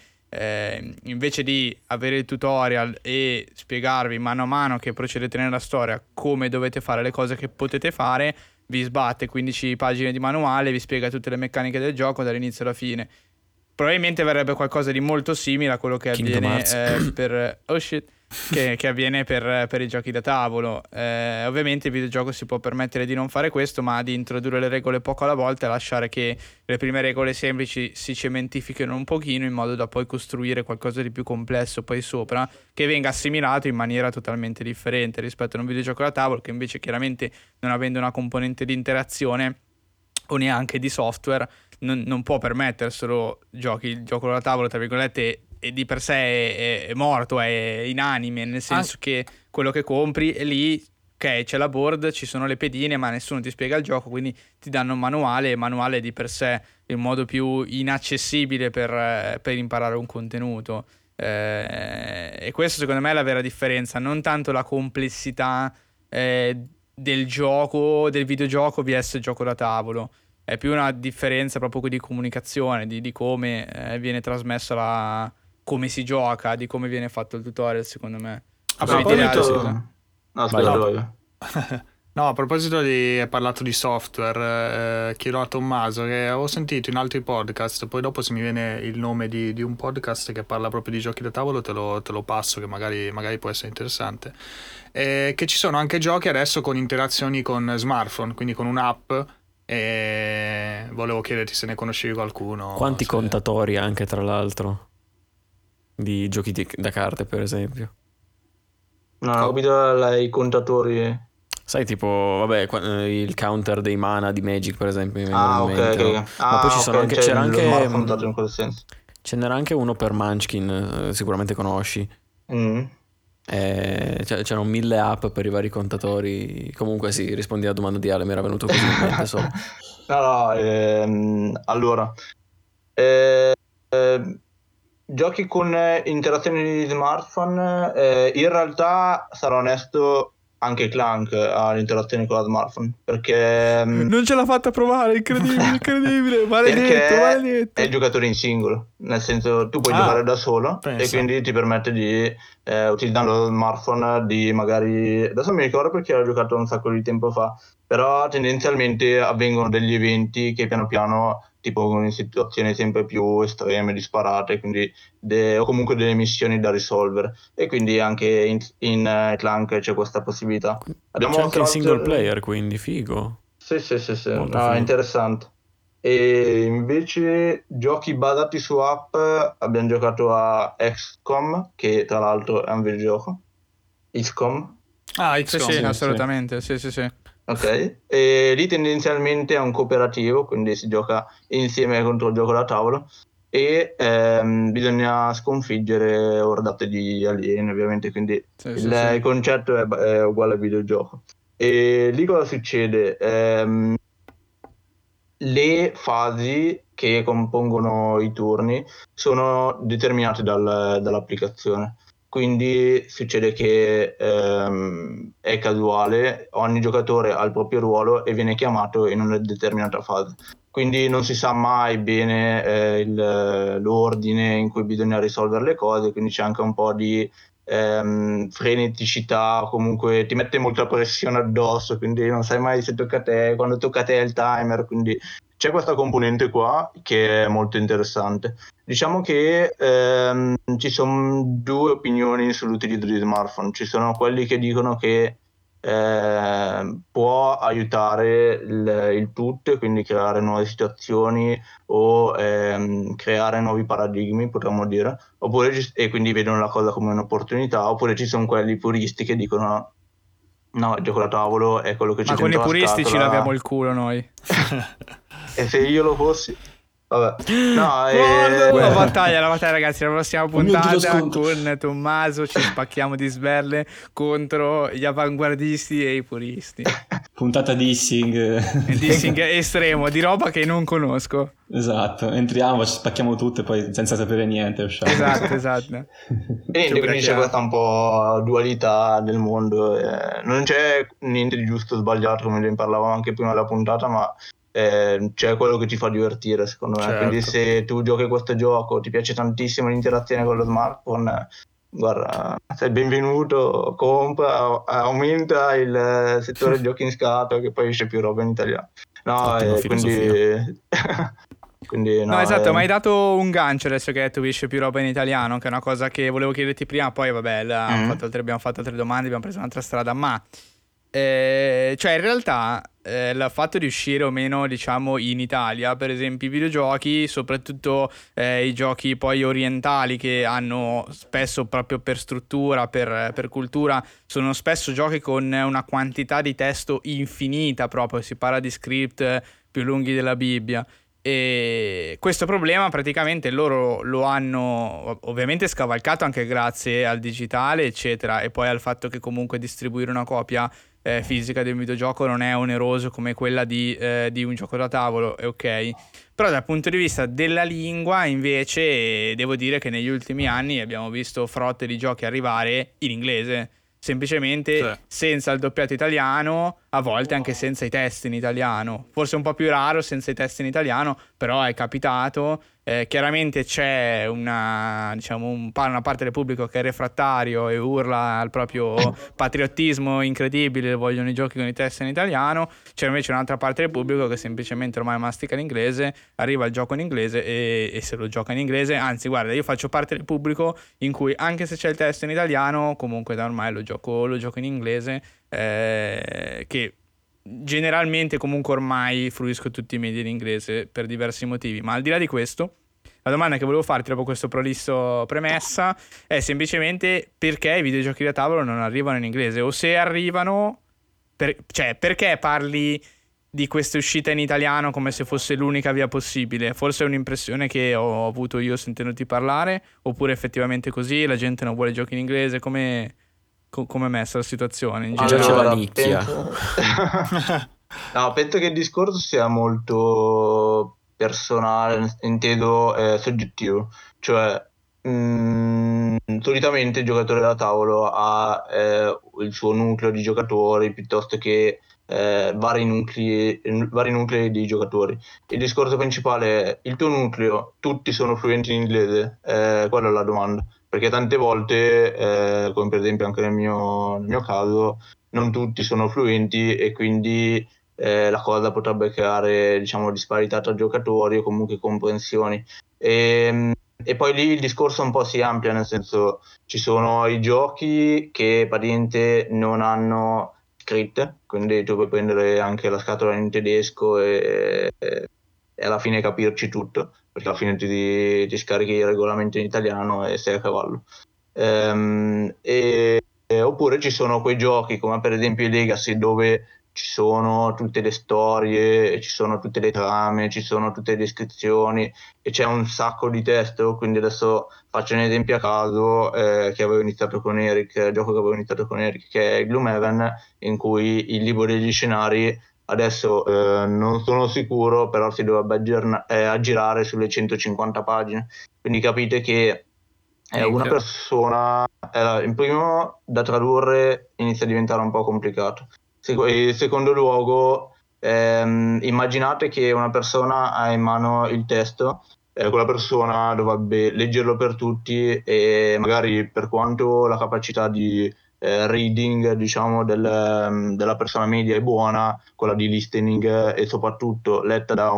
invece di avere il tutorial e spiegarvi mano a mano che procedete nella storia come dovete fare le cose che potete fare, vi sbatte 15 pagine di manuale, vi spiega tutte le meccaniche del gioco dall'inizio alla fine. Probabilmente verrebbe qualcosa di molto simile a quello che avviene per che avviene per i giochi da tavolo. Ovviamente il videogioco si può permettere di non fare questo, ma di introdurre le regole poco alla volta e lasciare che le prime regole semplici si cementifichino un pochino in modo da poi costruire qualcosa di più complesso poi sopra, che venga assimilato in maniera totalmente differente rispetto a un videogioco da tavolo che invece chiaramente, non avendo una componente di interazione o neanche di software, non può permetterselo. Il gioco da tavolo tra virgolette e di per sé è morto, è inanime, nel senso che quello che compri è lì, ok, c'è la board, ci sono le pedine, ma nessuno ti spiega il gioco, quindi ti danno un manuale, e il manuale è di per sé il modo più inaccessibile per imparare un contenuto. E questo secondo me è la vera differenza, non tanto la complessità del gioco, del videogioco vs gioco da tavolo. È più una differenza proprio di comunicazione, di come viene trasmessa come si gioca, di come viene fatto il tutorial, secondo me. A Poi proposito... No, scusa, vai. No, a proposito di... hai parlato di software, chiedo a Tommaso, che avevo sentito in altri podcast, poi dopo se mi viene il nome di un podcast che parla proprio di giochi da tavolo te lo passo, che magari può essere interessante, che ci sono anche giochi adesso con interazioni con smartphone, quindi con un'app, e volevo chiederti se ne conoscevi qualcuno. Quanti contatori anche, tra l'altro, di giochi da carte, per esempio. No, ho capito i contatori. Sai, tipo, vabbè, il counter dei mana di Magic, per esempio, mi vengono in mente, ok. no? Ma poi ci sono anche, c'era anche in quel senso. ce n'era anche uno per Munchkin, sicuramente conosci. C'erano 1000 app per i vari contatori. Comunque sì, rispondi alla domanda di Ale, mi era venuto così in mente solo. Allora, giochi con interazioni di smartphone, in realtà sarò onesto, anche Clank ha l'interazione con la smartphone, perché non ce l'ha fatta provare, incredibile, maledetto. è giocatore in singolo, nel senso tu puoi giocare da solo, e quindi ti permette di utilizzando lo smartphone di magari, adesso mi ricordo perché l'ho giocato un sacco di tempo fa, però tendenzialmente avvengono degli eventi che piano piano ti pongono in situazioni sempre più estreme, disparate, quindi o comunque delle missioni da risolvere, e quindi anche in Clank c'è questa possibilità. C'è anche il single player, quindi figo. Sì, Molto no, figo. interessante. E invece giochi basati su app, abbiamo giocato a XCOM, che tra l'altro è un videogioco. XCOM. XCOM. Sì, assolutamente, sì. Ok, e lì tendenzialmente è un cooperativo, quindi si gioca insieme contro il gioco da tavolo, e bisogna sconfiggere ordate di alieni, ovviamente, quindi il concetto è uguale al videogioco. E lì cosa succede? Le fasi che compongono i turni sono determinate dall'applicazione. Quindi succede che è casuale, ogni giocatore ha il proprio ruolo e viene chiamato in una determinata fase. Quindi non si sa mai bene l'ordine in cui bisogna risolvere le cose, quindi c'è anche un po' di freneticità, o comunque ti mette molta pressione addosso, quindi non sai mai se tocca a te, quando tocca a te il timer, quindi c'è questa componente qua che è molto interessante. Diciamo che ci sono due opinioni sull'utilizzo di smartphone. Ci sono quelli che dicono che può aiutare il tutto e quindi creare nuove situazioni o creare nuovi paradigmi, potremmo dire, oppure e quindi vedono la cosa come un'opportunità, oppure ci sono quelli puristi che dicono no, il gioco da tavolo è quello che c'è Ma con i dentro la puristi ci scatola. laviamo il culo noi. E se io lo fossi? Vabbè. No, La battaglia ragazzi, la prossima mio Dio, puntata scontro. con Tommaso ci spacchiamo di sberle contro gli avanguardisti e i puristi. Puntata dissing. Dissing estremo, di roba che non conosco. Esatto, entriamo, ci spacchiamo tutte, poi senza sapere niente usciamo. Esatto. E niente, quindi c'è questa un po' dualità del mondo. Non c'è niente di giusto o sbagliato, come ne parlavamo anche prima della puntata, ma c'è quello che ti fa divertire, secondo me. Certo. Quindi se tu giochi a questo gioco, ti piace tantissimo l'interazione con lo smartphone, guarda, sei benvenuto, compra, aumenta il settore giochi in scatola, che poi esce più roba in italiano. No, Ottima quindi... Quindi, No, esatto, ma hai dato un gancio adesso che hai detto che esce più roba in italiano, che è una cosa che volevo chiederti prima, poi vabbè, abbiamo fatto altre domande, abbiamo preso un'altra strada, ma cioè in realtà il fatto di uscire o meno, diciamo, in Italia, per esempio i videogiochi, soprattutto i giochi poi orientali che hanno spesso proprio per struttura, per cultura, sono spesso giochi con una quantità di testo infinita proprio, si parla di script più lunghi della Bibbia. E questo problema praticamente loro lo hanno ovviamente scavalcato anche grazie al digitale eccetera, e poi al fatto che comunque distribuire una copia fisica di un videogioco non è oneroso come quella di un gioco da tavolo, è ok. Però dal punto di vista della lingua invece devo dire che negli ultimi anni abbiamo visto frotte di giochi arrivare in inglese, semplicemente senza il doppiato italiano, a volte anche senza i testi in italiano, forse un po' più raro senza i testi in italiano, però è capitato. Chiaramente c'è una parte del pubblico che è refrattario e urla al proprio patriottismo incredibile, vogliono i giochi con i testi in italiano. C'è invece un'altra parte del pubblico che semplicemente ormai mastica l'inglese, arriva il gioco in inglese e se lo gioca in inglese, anzi guarda, io faccio parte del pubblico in cui anche se c'è il testo in italiano comunque da ormai lo gioco in inglese, che generalmente comunque ormai fruisco tutti i media in inglese per diversi motivi. Ma al di là di questo, la domanda che volevo farti dopo questo prolisso premessa è semplicemente perché i videogiochi da tavolo non arrivano in inglese, o se arrivano, cioè perché parli di questa uscita in italiano come se fosse l'unica via possibile. Forse è un'impressione che ho avuto io sentendoti parlare, oppure effettivamente così la gente non vuole giochi in inglese. Come è messa la situazione in Già generale? c'è la nicchia. No, penso che il discorso sia molto personale, intendo soggettivo, cioè solitamente il giocatore da tavolo ha il suo nucleo di giocatori piuttosto che vari nuclei di giocatori. Il discorso principale è: il tuo nucleo, tutti sono fluenti in inglese? Quella è la domanda, perché tante volte, come per esempio anche nel mio caso, non tutti sono fluenti e quindi la cosa potrebbe creare, diciamo, disparità tra giocatori o comunque comprensioni. E poi lì il discorso un po' si amplia, nel senso, ci sono i giochi che praticamente non hanno scritte, quindi tu puoi prendere anche la scatola in tedesco e alla fine capirci tutto, perché alla fine ti scarichi il regolamento in italiano e sei a cavallo. Oppure ci sono quei giochi come per esempio i Legacy, dove ci sono tutte le storie, ci sono tutte le trame, ci sono tutte le descrizioni e c'è un sacco di testo. Quindi adesso faccio un esempio a caso che avevo iniziato con Eric, il gioco che avevo iniziato con Eric, che è Gloomhaven, in cui il libro degli scenari adesso non sono sicuro, però si dovrebbe aggirare sulle 150 pagine. Quindi capite che una persona, in primo, da tradurre inizia a diventare un po' complicato. In secondo luogo, immaginate che una persona ha in mano il testo, quella persona dovrebbe leggerlo per tutti e magari per quanto la capacità di reading, diciamo, della persona media è buona, quella di listening e soprattutto letta da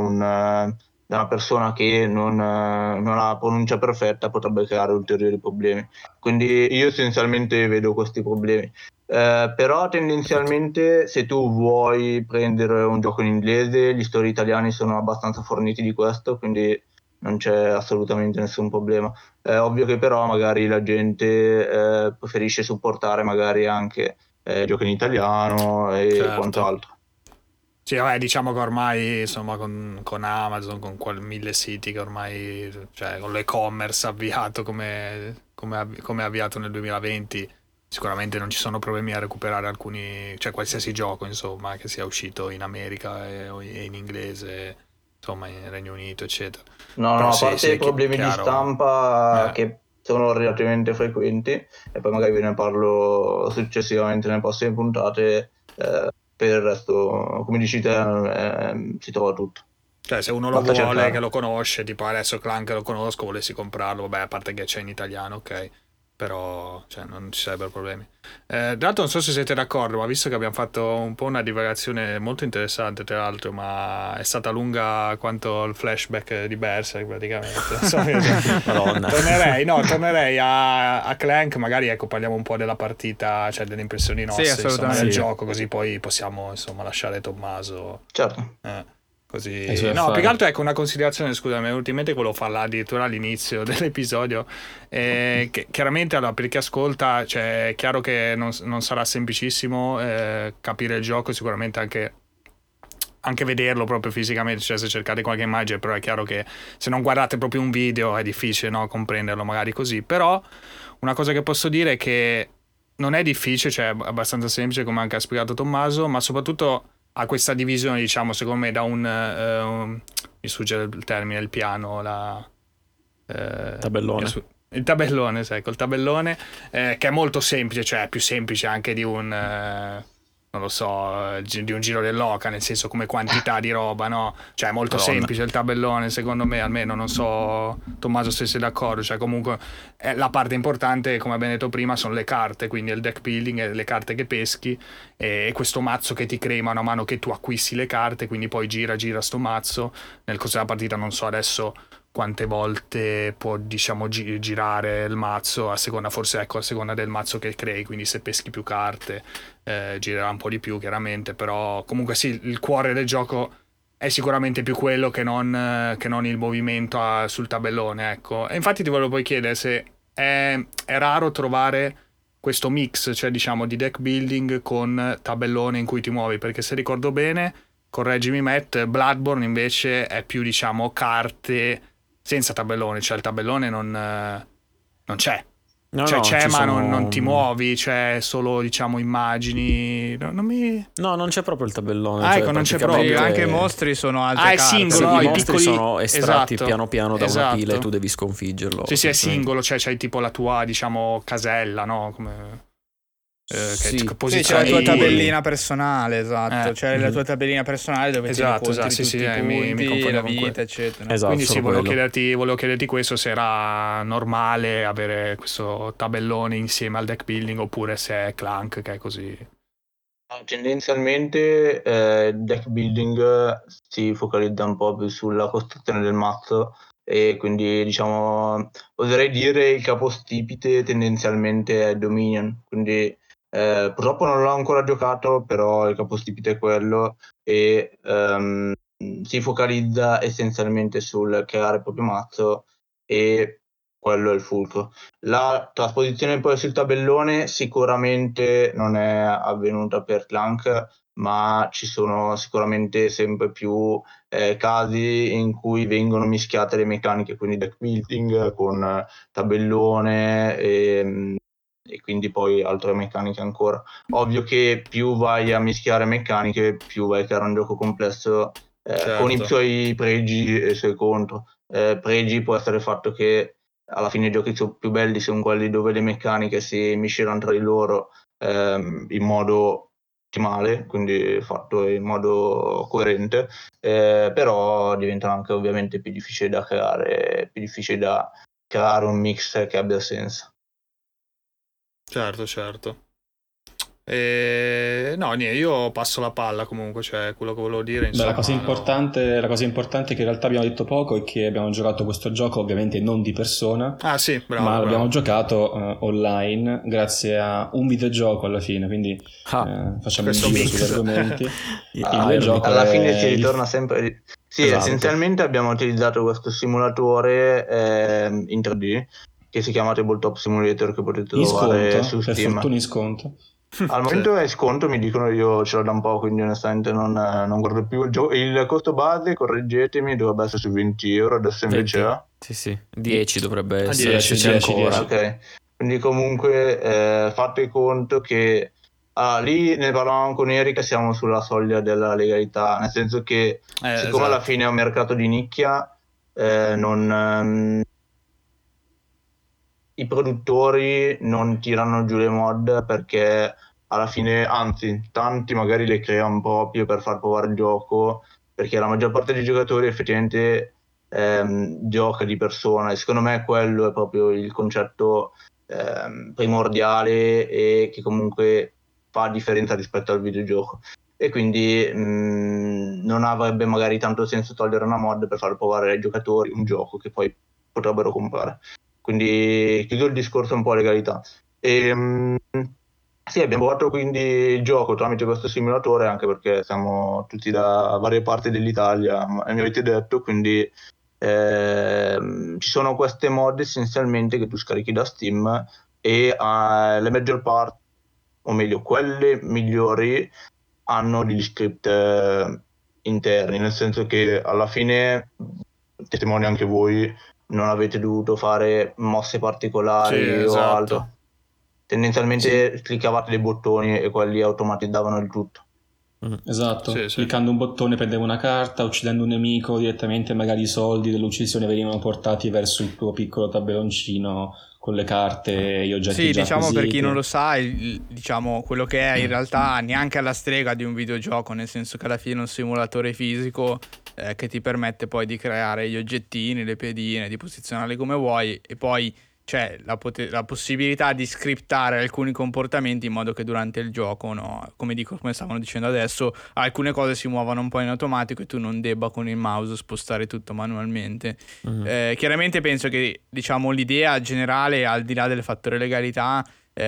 una persona che non ha la pronuncia perfetta potrebbe creare ulteriori problemi. Quindi io essenzialmente vedo questi problemi. Però tendenzialmente se tu vuoi prendere un gioco in inglese, gli store italiani sono abbastanza forniti di questo, quindi non c'è assolutamente nessun problema. È ovvio che però magari la gente preferisce supportare magari anche giochi in italiano e Certo. quant'altro. Sì, vabbè, diciamo che ormai, insomma, con Amazon, con 1000 siti che ormai, cioè con l'e-commerce avviato come è avviato nel 2020, sicuramente non ci sono problemi a recuperare alcuni, cioè qualsiasi gioco, insomma, che sia uscito in America o in inglese, insomma, in Regno Unito, eccetera. No, Però a sì, parte i problemi di chiaro. stampa che sono relativamente frequenti, e poi magari ve ne parlo successivamente nelle prossime puntate, per il resto, come dici te, si trova tutto. Cioè, se uno lo Basta vuole, cercare. che lo conosce, tipo adesso Clank lo conosco, volessi comprarlo, vabbè, a parte che c'è in italiano, ok, però cioè, non ci sarebbero problemi. Tra l'altro non so se siete d'accordo, ma visto che abbiamo fatto un po' una divagazione molto interessante, tra l'altro, ma è stata lunga quanto il flashback di Berserk praticamente. Tornerei a Clank, magari ecco, parliamo un po' della partita, cioè delle impressioni nostre, insomma, assolutamente. del Sì. gioco, così poi possiamo insomma lasciare Tommaso. Certo. Così. I suoi No, affari. più che altro ecco una considerazione, scusami, ultimamente volevo farla addirittura all'inizio dell'episodio. Che chiaramente, allora, per chi ascolta, cioè, è chiaro che non sarà semplicissimo capire il gioco, sicuramente anche vederlo proprio fisicamente, cioè se cercate qualche immagine, però è chiaro che se non guardate proprio un video è difficile, no, comprenderlo magari così. Però una cosa che posso dire è che non è difficile, cioè è abbastanza semplice come anche ha spiegato Tommaso, ma soprattutto ha questa divisione, diciamo, secondo me da mi sfugge il termine, il piano, Tabellone. il tabellone, sai, col tabellone, che è molto semplice, cioè è più semplice anche di non lo so, di un giro dell'oca, nel senso come quantità di roba, no? Cioè è molto Madonna. semplice il tabellone, secondo me, almeno, non so, Tommaso, se sei d'accordo, cioè comunque la parte importante, come abbiamo detto prima, sono le carte, quindi il deck building, le carte che peschi e questo mazzo che ti crei mano a mano che tu acquisti le carte, quindi poi gira sto mazzo nel corso della partita. Non so adesso quante volte può, diciamo, girare il mazzo, a seconda, forse, ecco, a seconda del mazzo che crei, quindi se peschi più carte girerà un po' di più chiaramente, però comunque sì, il cuore del gioco è sicuramente più quello che non il movimento sul tabellone, ecco. E infatti ti volevo poi chiedere se è raro trovare questo mix, cioè diciamo di deck building con tabellone in cui ti muovi, perché se ricordo bene, correggimi Matt, Bloodborne invece è più, diciamo, carte senza tabellone, cioè il tabellone non c'è. No, Cioè no, c'è, ci ma sono- non ti muovi, c'è solo, diciamo, immagini. No, non c'è proprio il tabellone. Ah, cioè, ecco, non c'è praticamente- proprio. Anche i mostri sono altre Ah, è carte. singolo, Sì, no, i i mostri piccoli- sono estratti esatto, piano piano da una esatto. pila e tu devi sconfiggerlo. Sì, è semplicemente. singolo, cioè c'hai tipo la tua, diciamo, casella, no? Come Sì. Sì, c'è la posizioni tua tabellina personale, esatto. Eh. C'è la tua tabellina personale dove Esatto, ti conti sì, tutti sì, i mi punti, confondo la con vita, quello. eccetera. Esatto, Quindi sì, solo volevo quello. chiederti questo, se era normale avere questo tabellone insieme al deck building oppure se è Clank che è così. Tendenzialmente il deck building si focalizza un po' più sulla costruzione del mazzo e quindi diciamo oserei dire il capostipite tendenzialmente è Dominion, quindi purtroppo non l'ho ancora giocato, però il capostipite è quello e si focalizza essenzialmente sul creare il proprio mazzo e quello è il fulcro. La trasposizione poi sul tabellone sicuramente non è avvenuta per Clank, ma ci sono sicuramente sempre più casi in cui vengono mischiate le meccaniche, quindi deck building con tabellone e quindi poi altre meccaniche ancora. Ovvio che più vai a mischiare meccaniche, più vai a creare un gioco complesso con i Certo. suoi pregi e i suoi contro. Pregi può essere il fatto che alla fine i giochi più belli sono quelli dove le meccaniche si miscelano tra di loro in modo ottimale, quindi fatto in modo coerente, però diventa anche ovviamente più difficile da creare un mix che abbia senso. Certo. No, niente, io passo la palla comunque, cioè quello che volevo dire, Beh, insomma. la cosa importante che in realtà abbiamo detto poco è che abbiamo giocato questo gioco ovviamente non di persona, Ah sì, bravo. ma l'abbiamo giocato online grazie a un videogioco alla fine, quindi facciamo un questo giro mix. sugli argomenti. Il Irony. videogioco Alla fine è si ritorna sempre. Sì, Esatto. essenzialmente abbiamo utilizzato questo simulatore in 3D che si chiama Tabletop Simulator, che potete in trovare sconto, su per Steam. fortuna in sconto. Al momento è sconto, mi dicono, io ce l'ho da un po', quindi onestamente non guardo più il gioco. Il costo base, correggetemi, dovrebbe essere su 20 euro, adesso invece 20. è. Sì, 10 dovrebbe Ah, essere, 10, se c'è 10. ancora. Ok, quindi comunque fate conto che lì ne parlavamo con Erika, siamo sulla soglia della legalità, nel senso che siccome alla esatto. fine è un mercato di nicchia, i produttori non tirano giù le mod perché alla fine, anzi, tanti magari le creano proprio per far provare il gioco, perché la maggior parte dei giocatori effettivamente gioca di persona, e secondo me quello è proprio il concetto primordiale e che comunque fa differenza rispetto al videogioco. E quindi non avrebbe magari tanto senso togliere una mod per far provare ai giocatori un gioco che poi potrebbero comprare. Quindi chiudo il discorso un po' legalità. Sì, abbiamo provato quindi il gioco tramite questo simulatore, anche perché siamo tutti da varie parti dell'Italia, e mi avete detto, quindi ci sono queste mod essenzialmente che tu scarichi da Steam e le maggior parte, o meglio quelle migliori, hanno degli script interni, nel senso che alla fine, testimoni anche voi, non avete dovuto fare mosse particolari Sì, o esatto. altro. Tendenzialmente cliccavate dei bottoni e quelli automatizzavano il tutto. Esatto, Sì. cliccando un bottone prendevo una carta, uccidendo un nemico direttamente magari i soldi dell'uccisione venivano portati verso il tuo piccolo tabelloncino con le carte e gli oggetti Sì, già diciamo, acquisiti. per chi non lo sa, diciamo, quello che è in realtà neanche alla strega di un videogioco, nel senso che alla fine è un simulatore fisico che ti permette poi di creare gli oggettini, le pedine, di posizionarli come vuoi, e poi c'è la possibilità di scriptare alcuni comportamenti in modo che durante il gioco, no, come stavano dicendo adesso, alcune cose si muovono un po' in automatico e tu non debba con il mouse spostare tutto manualmente. Chiaramente penso che, diciamo, l'idea generale, al di là del fattore legalità,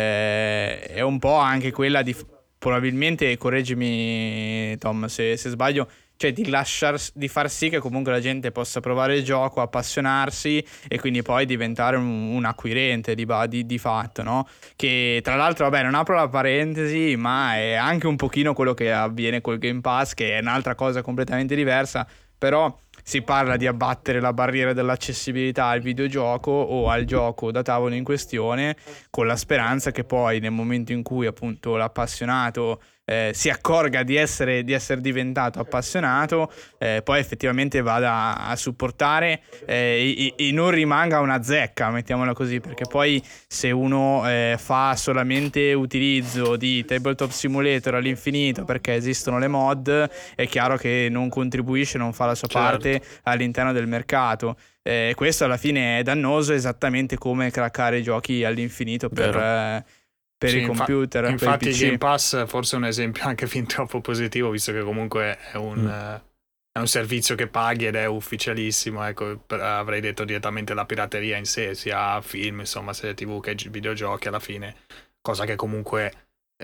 è un po' anche quella di probabilmente, correggimi Tom se sbaglio, cioè di far sì che comunque la gente possa provare il gioco, appassionarsi e quindi poi diventare un acquirente di fatto, no? Che tra l'altro, vabbè, non apro la parentesi, ma è anche un pochino quello che avviene col Game Pass, che è un'altra cosa completamente diversa, però si parla di abbattere la barriera dell'accessibilità al videogioco o al gioco da tavolo in questione, con la speranza che poi nel momento in cui appunto l'appassionato si accorga di essere diventato appassionato, poi effettivamente vada a supportare e non rimanga una zecca, mettiamola così, perché poi se uno fa solamente utilizzo di Tabletop Simulator all'infinito perché esistono le mod, è chiaro che non contribuisce, non fa la sua parte all'interno del mercato. Questo alla fine è dannoso, esattamente come craccare i giochi all'infinito per Sì, i computer, infatti per i il PC. Game Pass forse è un esempio anche fin troppo positivo, visto che comunque è un servizio che paghi ed è ufficialissimo. Ecco, avrei detto direttamente la pirateria in sé, sia film, insomma, serie TV che videogiochi alla fine, cosa che comunque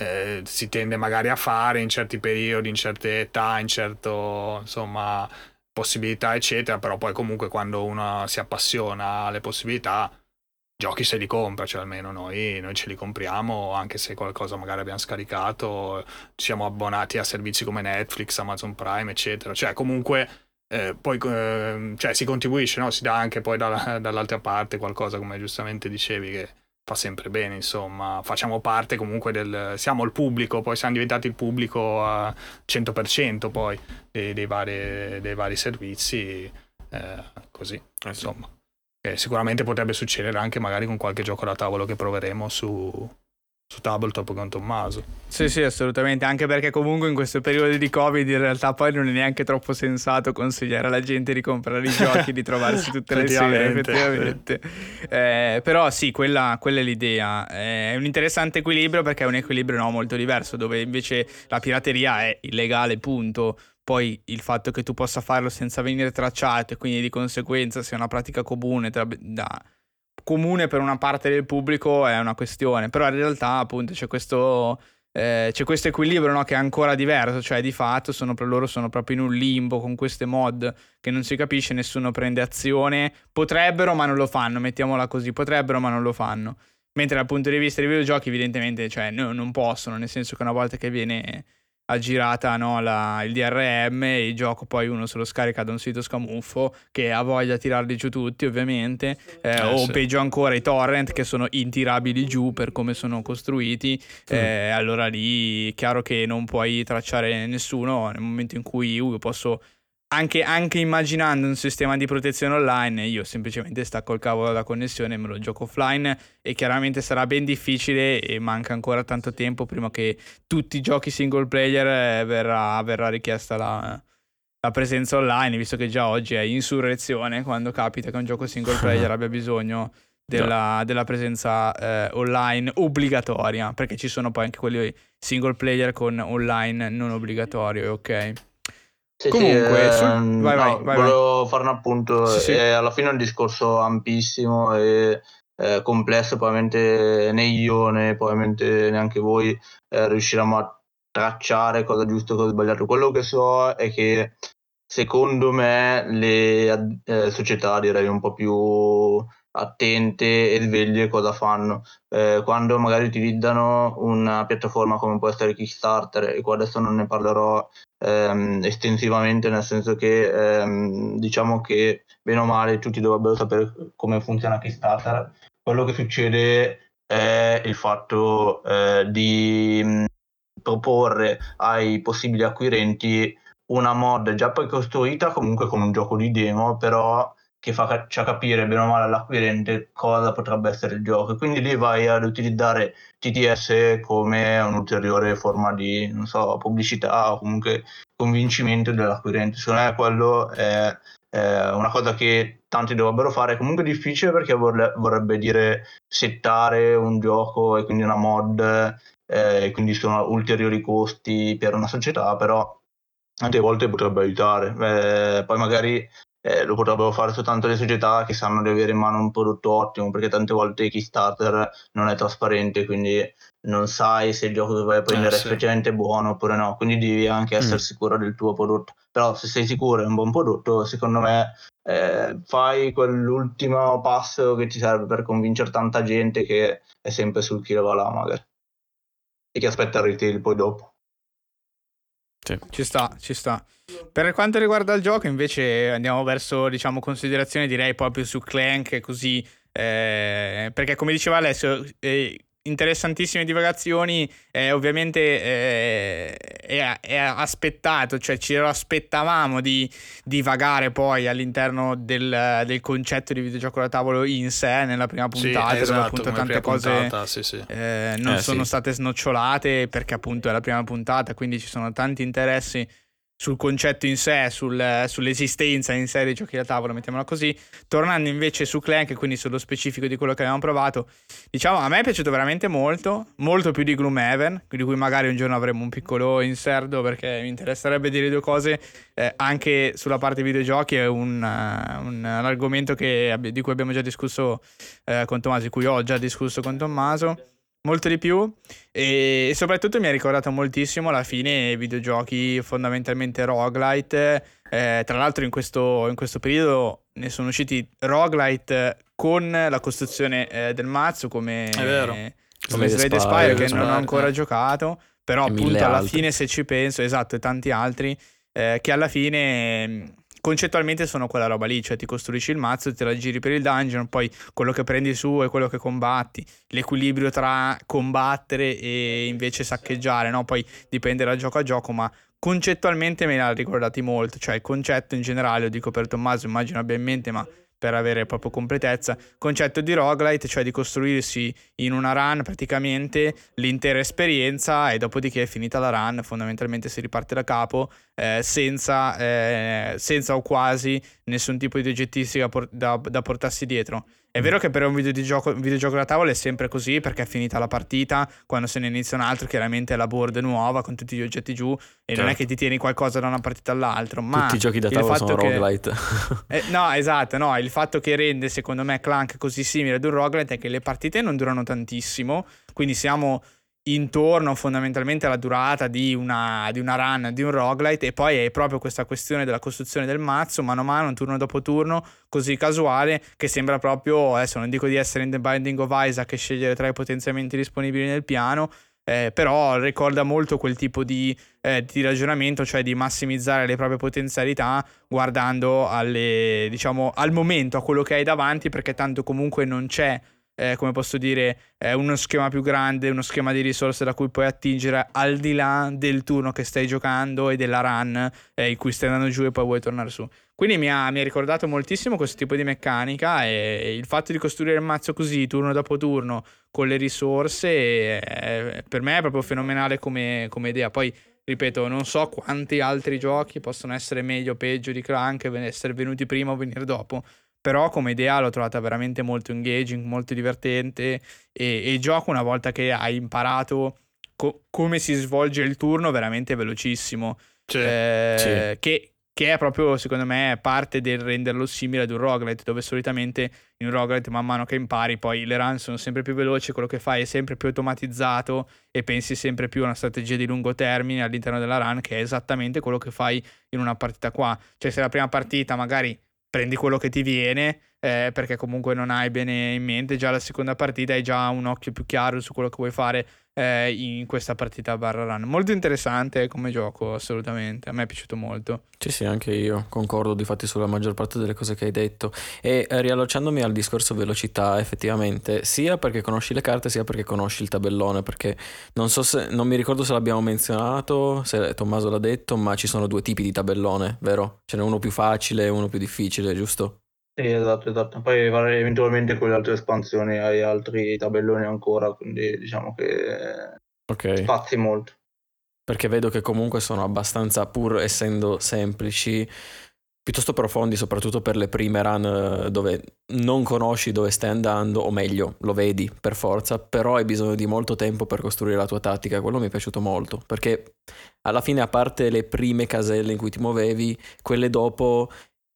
si tende magari a fare in certi periodi, in certe età, in certo, insomma, possibilità eccetera, però poi comunque quando uno si appassiona alle possibilità, giochi se li compra, cioè almeno noi ce li compriamo, anche se qualcosa magari abbiamo scaricato, ci siamo abbonati a servizi come Netflix, Amazon Prime, eccetera. Cioè comunque poi cioè, si contribuisce, no? Si dà anche poi dall'altra parte qualcosa, come giustamente dicevi, che fa sempre bene, insomma. Facciamo parte comunque siamo il pubblico, poi siamo diventati il pubblico a 100% poi dei vari servizi, così, insomma. Sicuramente potrebbe succedere anche magari con qualche gioco da tavolo che proveremo su su Tabletop con Tommaso. Sì, assolutamente, anche perché comunque in questo periodo di Covid in realtà poi non è neanche troppo sensato consigliare alla gente di comprare i giochi, di trovarsi tutte le sere, effettivamente. Però sì, quella è l'idea. È un interessante equilibrio, perché è un equilibrio molto diverso, dove invece la pirateria è illegale, punto. Poi il fatto che tu possa farlo senza venire tracciato e quindi di conseguenza sia una pratica comune comune per una parte del pubblico è una questione, però in realtà appunto c'è questo equilibrio, no, che è ancora diverso, cioè di fatto loro sono proprio in un limbo con queste mod che non si capisce, nessuno prende azione, potrebbero ma non lo fanno, mettiamola così, potrebbero ma non lo fanno, mentre dal punto di vista dei videogiochi evidentemente cioè, non possono, nel senso che una volta che viene aggirata, no, il DRM, il gioco poi uno se lo scarica da un sito scamuffo che ha voglia di tirarli giù tutti, ovviamente, o sì. peggio ancora i torrent che sono intirabili giù per come sono costruiti. Allora lì è chiaro che non puoi tracciare nessuno nel momento in cui io posso anche immaginando un sistema di protezione online, io semplicemente stacco il cavo dalla connessione e me lo gioco offline, e chiaramente sarà ben difficile e manca ancora tanto tempo prima che tutti i giochi single player verrà richiesta la presenza online, visto che già oggi è insurrezione quando capita che un gioco single player abbia bisogno della presenza online obbligatoria, perché ci sono poi anche quelli single player con online non obbligatorio, ok? Sì, Comunque, vai. volevo fare un appunto. Sì. Alla fine è un discorso ampissimo e complesso, probabilmente né io né probabilmente neanche voi riusciremo a tracciare cosa è giusto e cosa è sbagliato. Quello che so è che secondo me le società, direi un po' più attente e sveglie cosa fanno. Quando magari utilizzano una piattaforma come può essere Kickstarter, e qua adesso non ne parlerò estensivamente, nel senso che diciamo che bene o male tutti dovrebbero sapere come funziona Kickstarter. Quello che succede è il fatto di proporre ai possibili acquirenti una mod già poi costruita, comunque con un gioco di demo, però che faccia capire bene o male all'acquirente cosa potrebbe essere il gioco, e quindi lì vai ad utilizzare TTS come un'ulteriore forma di, non so, pubblicità o comunque convincimento dell'acquirente. Secondo me quello è una cosa che tanti dovrebbero fare, è comunque difficile perché vorrebbe dire settare un gioco e quindi una mod, e quindi sono ulteriori costi per una società, però tante volte potrebbe aiutare. Poi magari lo potrebbero fare soltanto le società che sanno di avere in mano un prodotto ottimo, perché tante volte Kickstarter non è trasparente, quindi non sai se il gioco che vai a prendere è effettivamente buono oppure no, quindi devi anche essere sicuro del tuo prodotto. Però se sei sicuro è un buon prodotto, secondo me fai quell'ultimo passo che ti serve per convincere tanta gente che è sempre sul chi va là magari e che aspetta il retail poi dopo. Sì. Ci sta. Per quanto riguarda il gioco invece andiamo verso, diciamo, considerazioni, direi proprio su Clank, così perché come diceva Alessio, interessantissime divagazioni, ovviamente è aspettato, cioè ci aspettavamo di divagare poi all'interno del concetto di videogioco da tavolo in sé nella prima puntata, sì, esatto, dove appunto tante cose non sono state snocciolate perché appunto è la prima puntata, quindi ci sono tanti interessi sul concetto in sé, sull'esistenza in sé dei giochi da tavolo, mettiamola così. Tornando invece su Clank, quindi sullo specifico di quello che abbiamo provato, diciamo, a me è piaciuto veramente molto più di Gloomhaven, di cui magari un giorno avremo un piccolo inserto, perché mi interesserebbe dire due cose anche sulla parte videogiochi. È un argomento di cui abbiamo già discusso con Tommaso, di cui ho già discusso con Tommaso molto di più, e soprattutto mi ha ricordato moltissimo alla fine videogiochi fondamentalmente roguelite. Tra l'altro in questo periodo ne sono usciti roguelite con la costruzione del mazzo, come Slay Spire, che non ho ancora giocato, però appunto alla fine, se ci penso, esatto, e tanti altri che alla fine concettualmente sono quella roba lì, cioè ti costruisci il mazzo, te la giri per il dungeon, poi quello che prendi su è quello che combatti, l'equilibrio tra combattere e invece saccheggiare, no? Poi dipende da gioco a gioco, ma concettualmente me ne ha ricordati molto, cioè il concetto in generale, lo dico per Tommaso, immagino abbia in mente, ma per avere proprio completezza. Concetto di roguelite, cioè di costruirsi in una run praticamente l'intera esperienza e dopodiché è finita la run fondamentalmente si riparte da capo, senza o quasi nessun tipo di oggettistica da portarsi dietro. È vero che per un videogioco da tavola è sempre così, perché è finita la partita, quando se ne inizia un altro chiaramente è la board nuova con tutti gli oggetti giù e non è che ti tieni qualcosa da una partita all'altra, ma tutti i giochi da tavola sono roguelite. No, esatto, no, il fatto che rende secondo me Clank così simile ad un roguelite è che le partite non durano tantissimo, quindi siamo intorno fondamentalmente alla durata di una run di un roguelite, e poi è proprio questa questione della costruzione del mazzo mano a mano, turno dopo turno, così casuale, che sembra proprio, adesso non dico di essere in The Binding of Isaac e scegliere tra i potenziamenti disponibili nel piano, però ricorda molto quel tipo di ragionamento, cioè di massimizzare le proprie potenzialità guardando al momento, a quello che hai davanti, perché tanto comunque non c'è come posso dire, uno schema più grande, uno schema di risorse da cui puoi attingere al di là del turno che stai giocando e della run in cui stai andando giù e poi vuoi tornare su. Quindi mi ha ricordato moltissimo questo tipo di meccanica, e il fatto di costruire il mazzo così turno dopo turno con le risorse per me è proprio fenomenale come idea. Poi ripeto, non so quanti altri giochi possono essere meglio o peggio di Clank, essere venuti prima o venire dopo, però come idea l'ho trovata veramente molto engaging, molto divertente, e il gioco, una volta che hai imparato come si svolge il turno, veramente velocissimo, Sì. che è proprio secondo me parte del renderlo simile ad un roguelite, dove solitamente in un roguelite man mano che impari poi le run sono sempre più veloci, quello che fai è sempre più automatizzato e pensi sempre più a una strategia di lungo termine all'interno della run, che è esattamente quello che fai in una partita qua. Cioè se la prima partita magari prendi quello che ti viene, perché comunque non hai bene in mente, già la seconda partita hai già un occhio più chiaro su quello che vuoi fare in questa partita barra run. Molto interessante come gioco, assolutamente, a me è piaciuto molto. Sì, anche io concordo difatti sulla maggior parte delle cose che hai detto, e riallacciandomi al discorso velocità, effettivamente sia perché conosci le carte sia perché conosci il tabellone, perché non mi ricordo se l'abbiamo menzionato, se Tommaso l'ha detto, ma ci sono due tipi di tabellone, vero? Ce n'è uno più facile e uno più difficile, giusto? Sì, esatto. Poi eventualmente con le altre espansioni hai altri tabelloni ancora, quindi diciamo che Ok. spazi molto. Perché vedo che comunque sono abbastanza, pur essendo semplici, piuttosto profondi, soprattutto per le prime run dove non conosci dove stai andando, o meglio, lo vedi per forza, però hai bisogno di molto tempo per costruire la tua tattica. Quello mi è piaciuto molto, perché alla fine, a parte le prime caselle in cui ti muovevi, quelle dopo,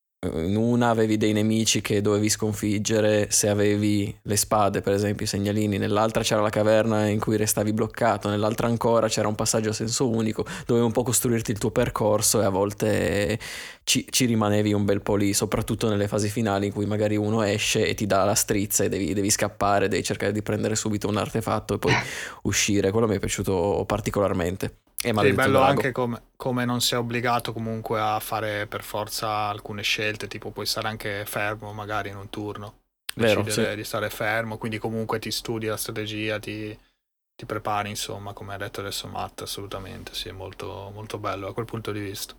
in una avevi dei nemici che dovevi sconfiggere se avevi le spade, per esempio i segnalini, nell'altra c'era la caverna in cui restavi bloccato, nell'altra ancora c'era un passaggio a senso unico, dovevi un po' costruirti il tuo percorso, e a volte ci rimanevi un bel po' lì, soprattutto nelle fasi finali in cui magari uno esce e ti dà la strizza e devi scappare, devi cercare di prendere subito un artefatto e poi uscire. Quello mi è piaciuto particolarmente. Sì, bello anche come non sei obbligato comunque a fare per forza alcune scelte, tipo puoi stare anche fermo magari in un turno, decidere di stare fermo, quindi comunque ti studi la strategia, ti prepari, insomma, come ha detto adesso Matt, assolutamente, sì, è molto, molto bello da quel punto di vista.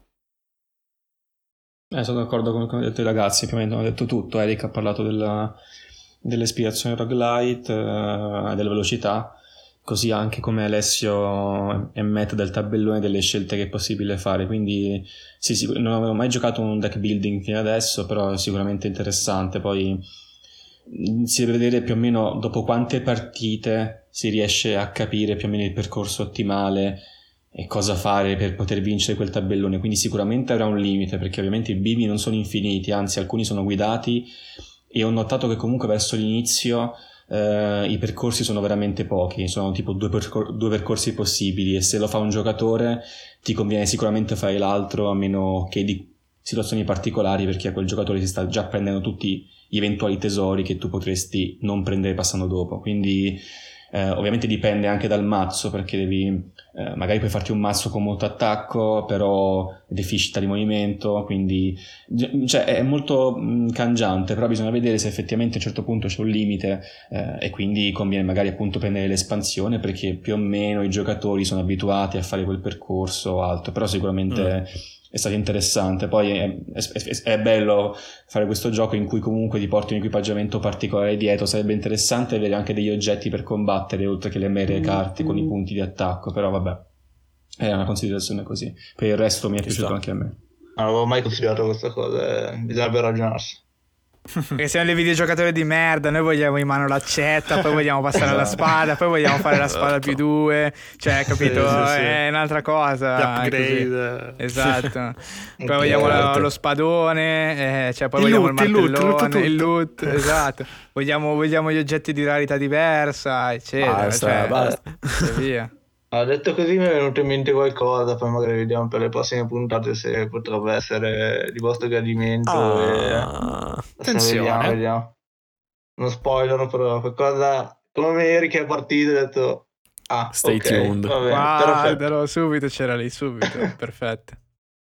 Sono d'accordo con come hanno detto i ragazzi, più o meno hanno detto tutto. Eric ha parlato dell'ispirazione roguelite, della velocità, così anche come Alessio e Matt del tabellone delle scelte che è possibile fare. Quindi sì, non avevo mai giocato un deck building fino adesso, però è sicuramente interessante. Poi si deve vedere più o meno dopo quante partite si riesce a capire più o meno il percorso ottimale e cosa fare per poter vincere quel tabellone. Quindi sicuramente avrà un limite, perché ovviamente i bivi non sono infiniti, anzi alcuni sono guidati, e ho notato che comunque verso l'inizio i percorsi sono veramente pochi, sono tipo due percorsi possibili, e se lo fa un giocatore ti conviene sicuramente fare l'altro, a meno che di situazioni particolari, perché a quel giocatore si sta già prendendo tutti gli eventuali tesori che tu potresti non prendere passando dopo. Quindi ovviamente dipende anche dal mazzo, perché devi magari puoi farti un mazzo con molto attacco però deficita di movimento, quindi cioè è molto cangiante, però bisogna vedere se effettivamente a un certo punto c'è un limite, e quindi conviene magari appunto prendere l'espansione, perché più o meno i giocatori sono abituati a fare quel percorso alto. Però sicuramente è stato interessante. Poi è bello fare questo gioco in cui comunque ti porti un equipaggiamento particolare dietro. Sarebbe interessante avere anche degli oggetti per combattere oltre che le mere carte con i punti di attacco, però vabbè, è una considerazione così. Per il resto mi è piaciuto anche a me. Non avevo mai considerato questa cosa, bisognerebbe ragionarsi. Perché siamo dei videogiocatori di merda, noi vogliamo in mano l'accetta, poi vogliamo passare alla spada, poi vogliamo fare la spada più 2, cioè, capito? Sì. È un'altra cosa. Upgrade. Esatto. Poi vogliamo lo spadone, cioè poi vogliamo il martellone, il loot, esatto. Vogliamo gli oggetti di rarità diversa, eccetera. Basta. E via. Detto così mi è venuto in mente qualcosa, poi magari vediamo per le prossime puntate se potrebbe essere di vostro gradimento. Attenzione. Vediamo. Non spoiler, però qualcosa come ieri che è partito ho detto Stay tuned. Va bene, Guardalo, subito c'era lì, subito, perfetto.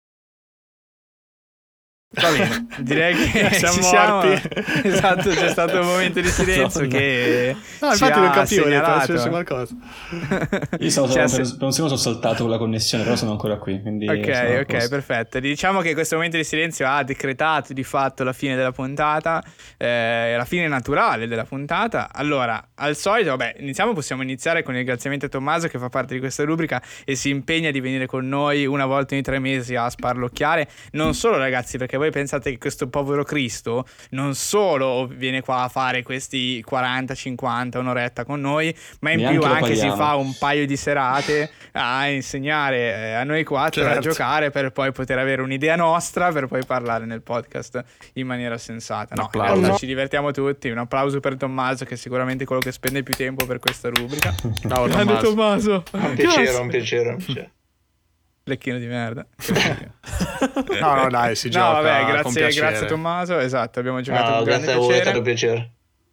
Va bene, direi che siamo ci morti. Esatto, c'è stato un momento di silenzio che No, ci infatti non ha capivo, segnalato. è successo qualcosa. Io Ci ha per un secondo sono saltato con la connessione, però sono ancora qui, quindi sono a Ok, posto. perfetto. Diciamo che questo momento di silenzio ha decretato di fatto la fine della puntata, la fine naturale della puntata. Allora, al solito, possiamo iniziare con il ringraziamento a Tommaso che fa parte di questa rubrica e si impegna di venire con noi una volta ogni 3 mesi a sparlocchiare. Non solo, ragazzi, perché voi pensate che questo povero Cristo non solo viene qua a fare questi 40-50, un'oretta con noi, ma in Neanche più lo anche si paghiamo. fa un paio di serate a insegnare a noi quattro a Certo. giocare per poi poter avere un'idea nostra per poi parlare nel podcast in maniera sensata. No, in applauso. realtà ci divertiamo tutti. Un applauso per Tommaso, che è sicuramente quello che spende più tempo per questa rubrica. Bravo, Grande Tommaso. Tommaso. un piacere. Lecchino di merda. No, dai, si gioca No, vabbè, con piacere. grazie Tommaso. Esatto, abbiamo giocato con grande Grazie a voi, è piacere. stato piacere.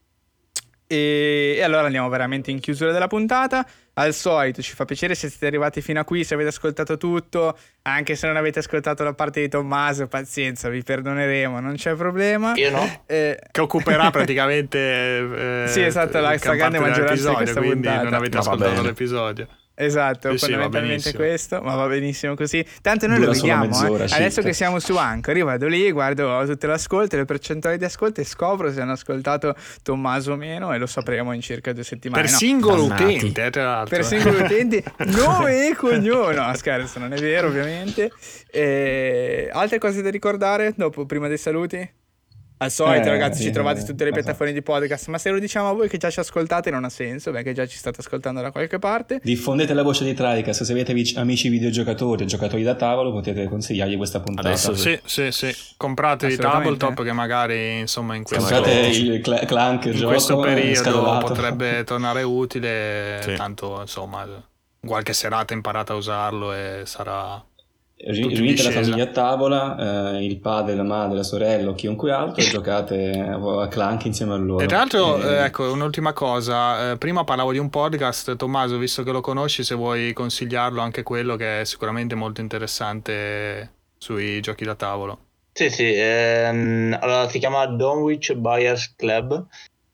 E allora andiamo veramente in chiusura della puntata. Al solito ci fa piacere se siete arrivati fino a qui, se avete ascoltato tutto, anche se non avete ascoltato la parte di Tommaso, pazienza, vi perdoneremo, non c'è problema. Io no. Che occuperà praticamente Sì, esatto, la gran stragrande parte maggioranza di dell'episodio, questa quindi puntata. non avete Ma va ascoltato bene. l'episodio. Esatto, Sì, va fondamentalmente benissimo. questo, ma va benissimo così. Tanto noi Dura lo solo vediamo, mezz'ora adesso circa. che siamo su Anchor, io vado lì, guardo tutte le ascolte, le percentuali di ascolto e scopro se hanno ascoltato Tommaso o meno e lo sapremo in circa 2 settimane. Per No, singolo dannati. utente, tra l'altro. per singoli utenti, nome e cognome. No, scherzo, non è vero, ovviamente. Altre cose da ricordare prima dei saluti? Al solito, ragazzi, ci trovate su tutte le piattaforme di podcast. Ma se lo diciamo a voi che già ci ascoltate, non ha senso, perché già ci state ascoltando da qualche parte. Diffondete la voce di Tricast, se avete amici videogiocatori o giocatori da tavolo potete consigliargli questa puntata. Adesso Sì. Compratevi Assolutamente. Tabletop che magari insomma in questo, Comprate il Clank in gioco questo periodo scatolato. potrebbe tornare utile. Sì. Tanto insomma qualche serata imparate a usarlo e sarà tutti in Riunite la discesa. famiglia a tavola, il padre, la madre, la sorella o chiunque altro e giocate a Clank insieme a loro. E tra l'altro, ecco, un'ultima cosa, prima parlavo di un podcast, Tommaso, visto che lo conosci, se vuoi consigliarlo anche quello, che è sicuramente molto interessante sui giochi da tavolo. Sì, allora si chiama Dunwich Buyers Club.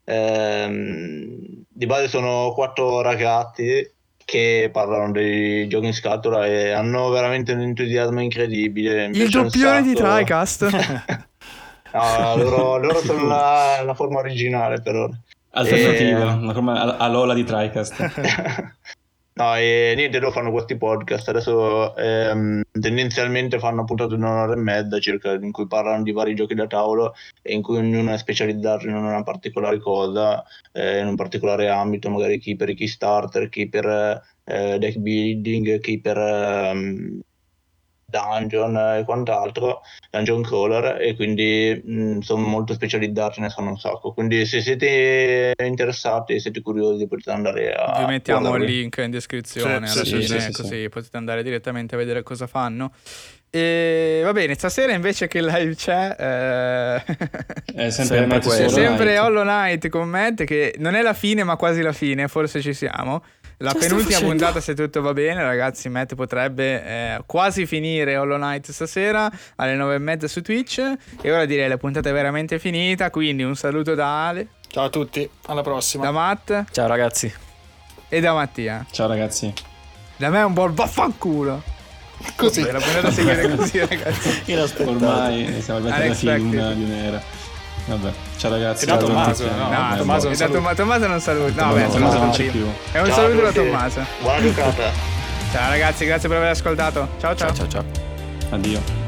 Di base sono 4 ragazzi che parlano dei giochi in scatola e hanno veramente un entusiasmo incredibile. Mi Il piace un doppione di sacco. TriCast. No, loro sono la forma originale per ora. Alternativa, una forma a Lola di Tricast. No, e niente, loro fanno questi podcast. Adesso tendenzialmente fanno puntate di 1 ora e mezza circa, in cui parlano di vari giochi da tavolo e in cui ognuno è specializzato in una particolare cosa, in un particolare ambito, magari chi per i Kickstarter, chi per deck building, chi per dungeon e quant'altro, dungeon crawler, e quindi sono molto specializzati, ne sanno un sacco. Quindi se siete interessati, siete curiosi, potete andare a Vi mettiamo il guardarli. link in descrizione Sì, alla sì, fine, sì, così potete andare direttamente a vedere cosa fanno. E va bene, stasera invece che live c'è È sempre Sempre Matt quello. c'è Solo sempre Night. Hollow Knight con Matt, che non è la fine ma quasi la fine, forse ci siamo. La Cosa sto penultima facendo? puntata, se tutto va bene, ragazzi, Matt potrebbe quasi finire Hollow Knight stasera alle 9:30 su Twitch. E ora direi la puntata è veramente finita, quindi un saluto da Ale, Ciao a tutti, alla prossima. da Matt Ciao ragazzi. e da Mattia. Ciao ragazzi. Da me è un buon vaffanculo. Così. La puntata a seguire così, ragazzi. Inaspettato. Ormai siamo arrivati alla fine di Unexpected. un'era. Vabbè, ciao ragazzi. E da ciao Tommaso, Tiziano. no? No, Tommaso non e da saluta. Tommaso non saluta. No, beh, Tommaso Tommaso non non c'è c'è più. È un Ciao saluto da a tutti. Tommaso. Buona giocata. Ciao ragazzi, grazie per aver ascoltato. Ciao ciao. Ciao ciao ciao. Addio.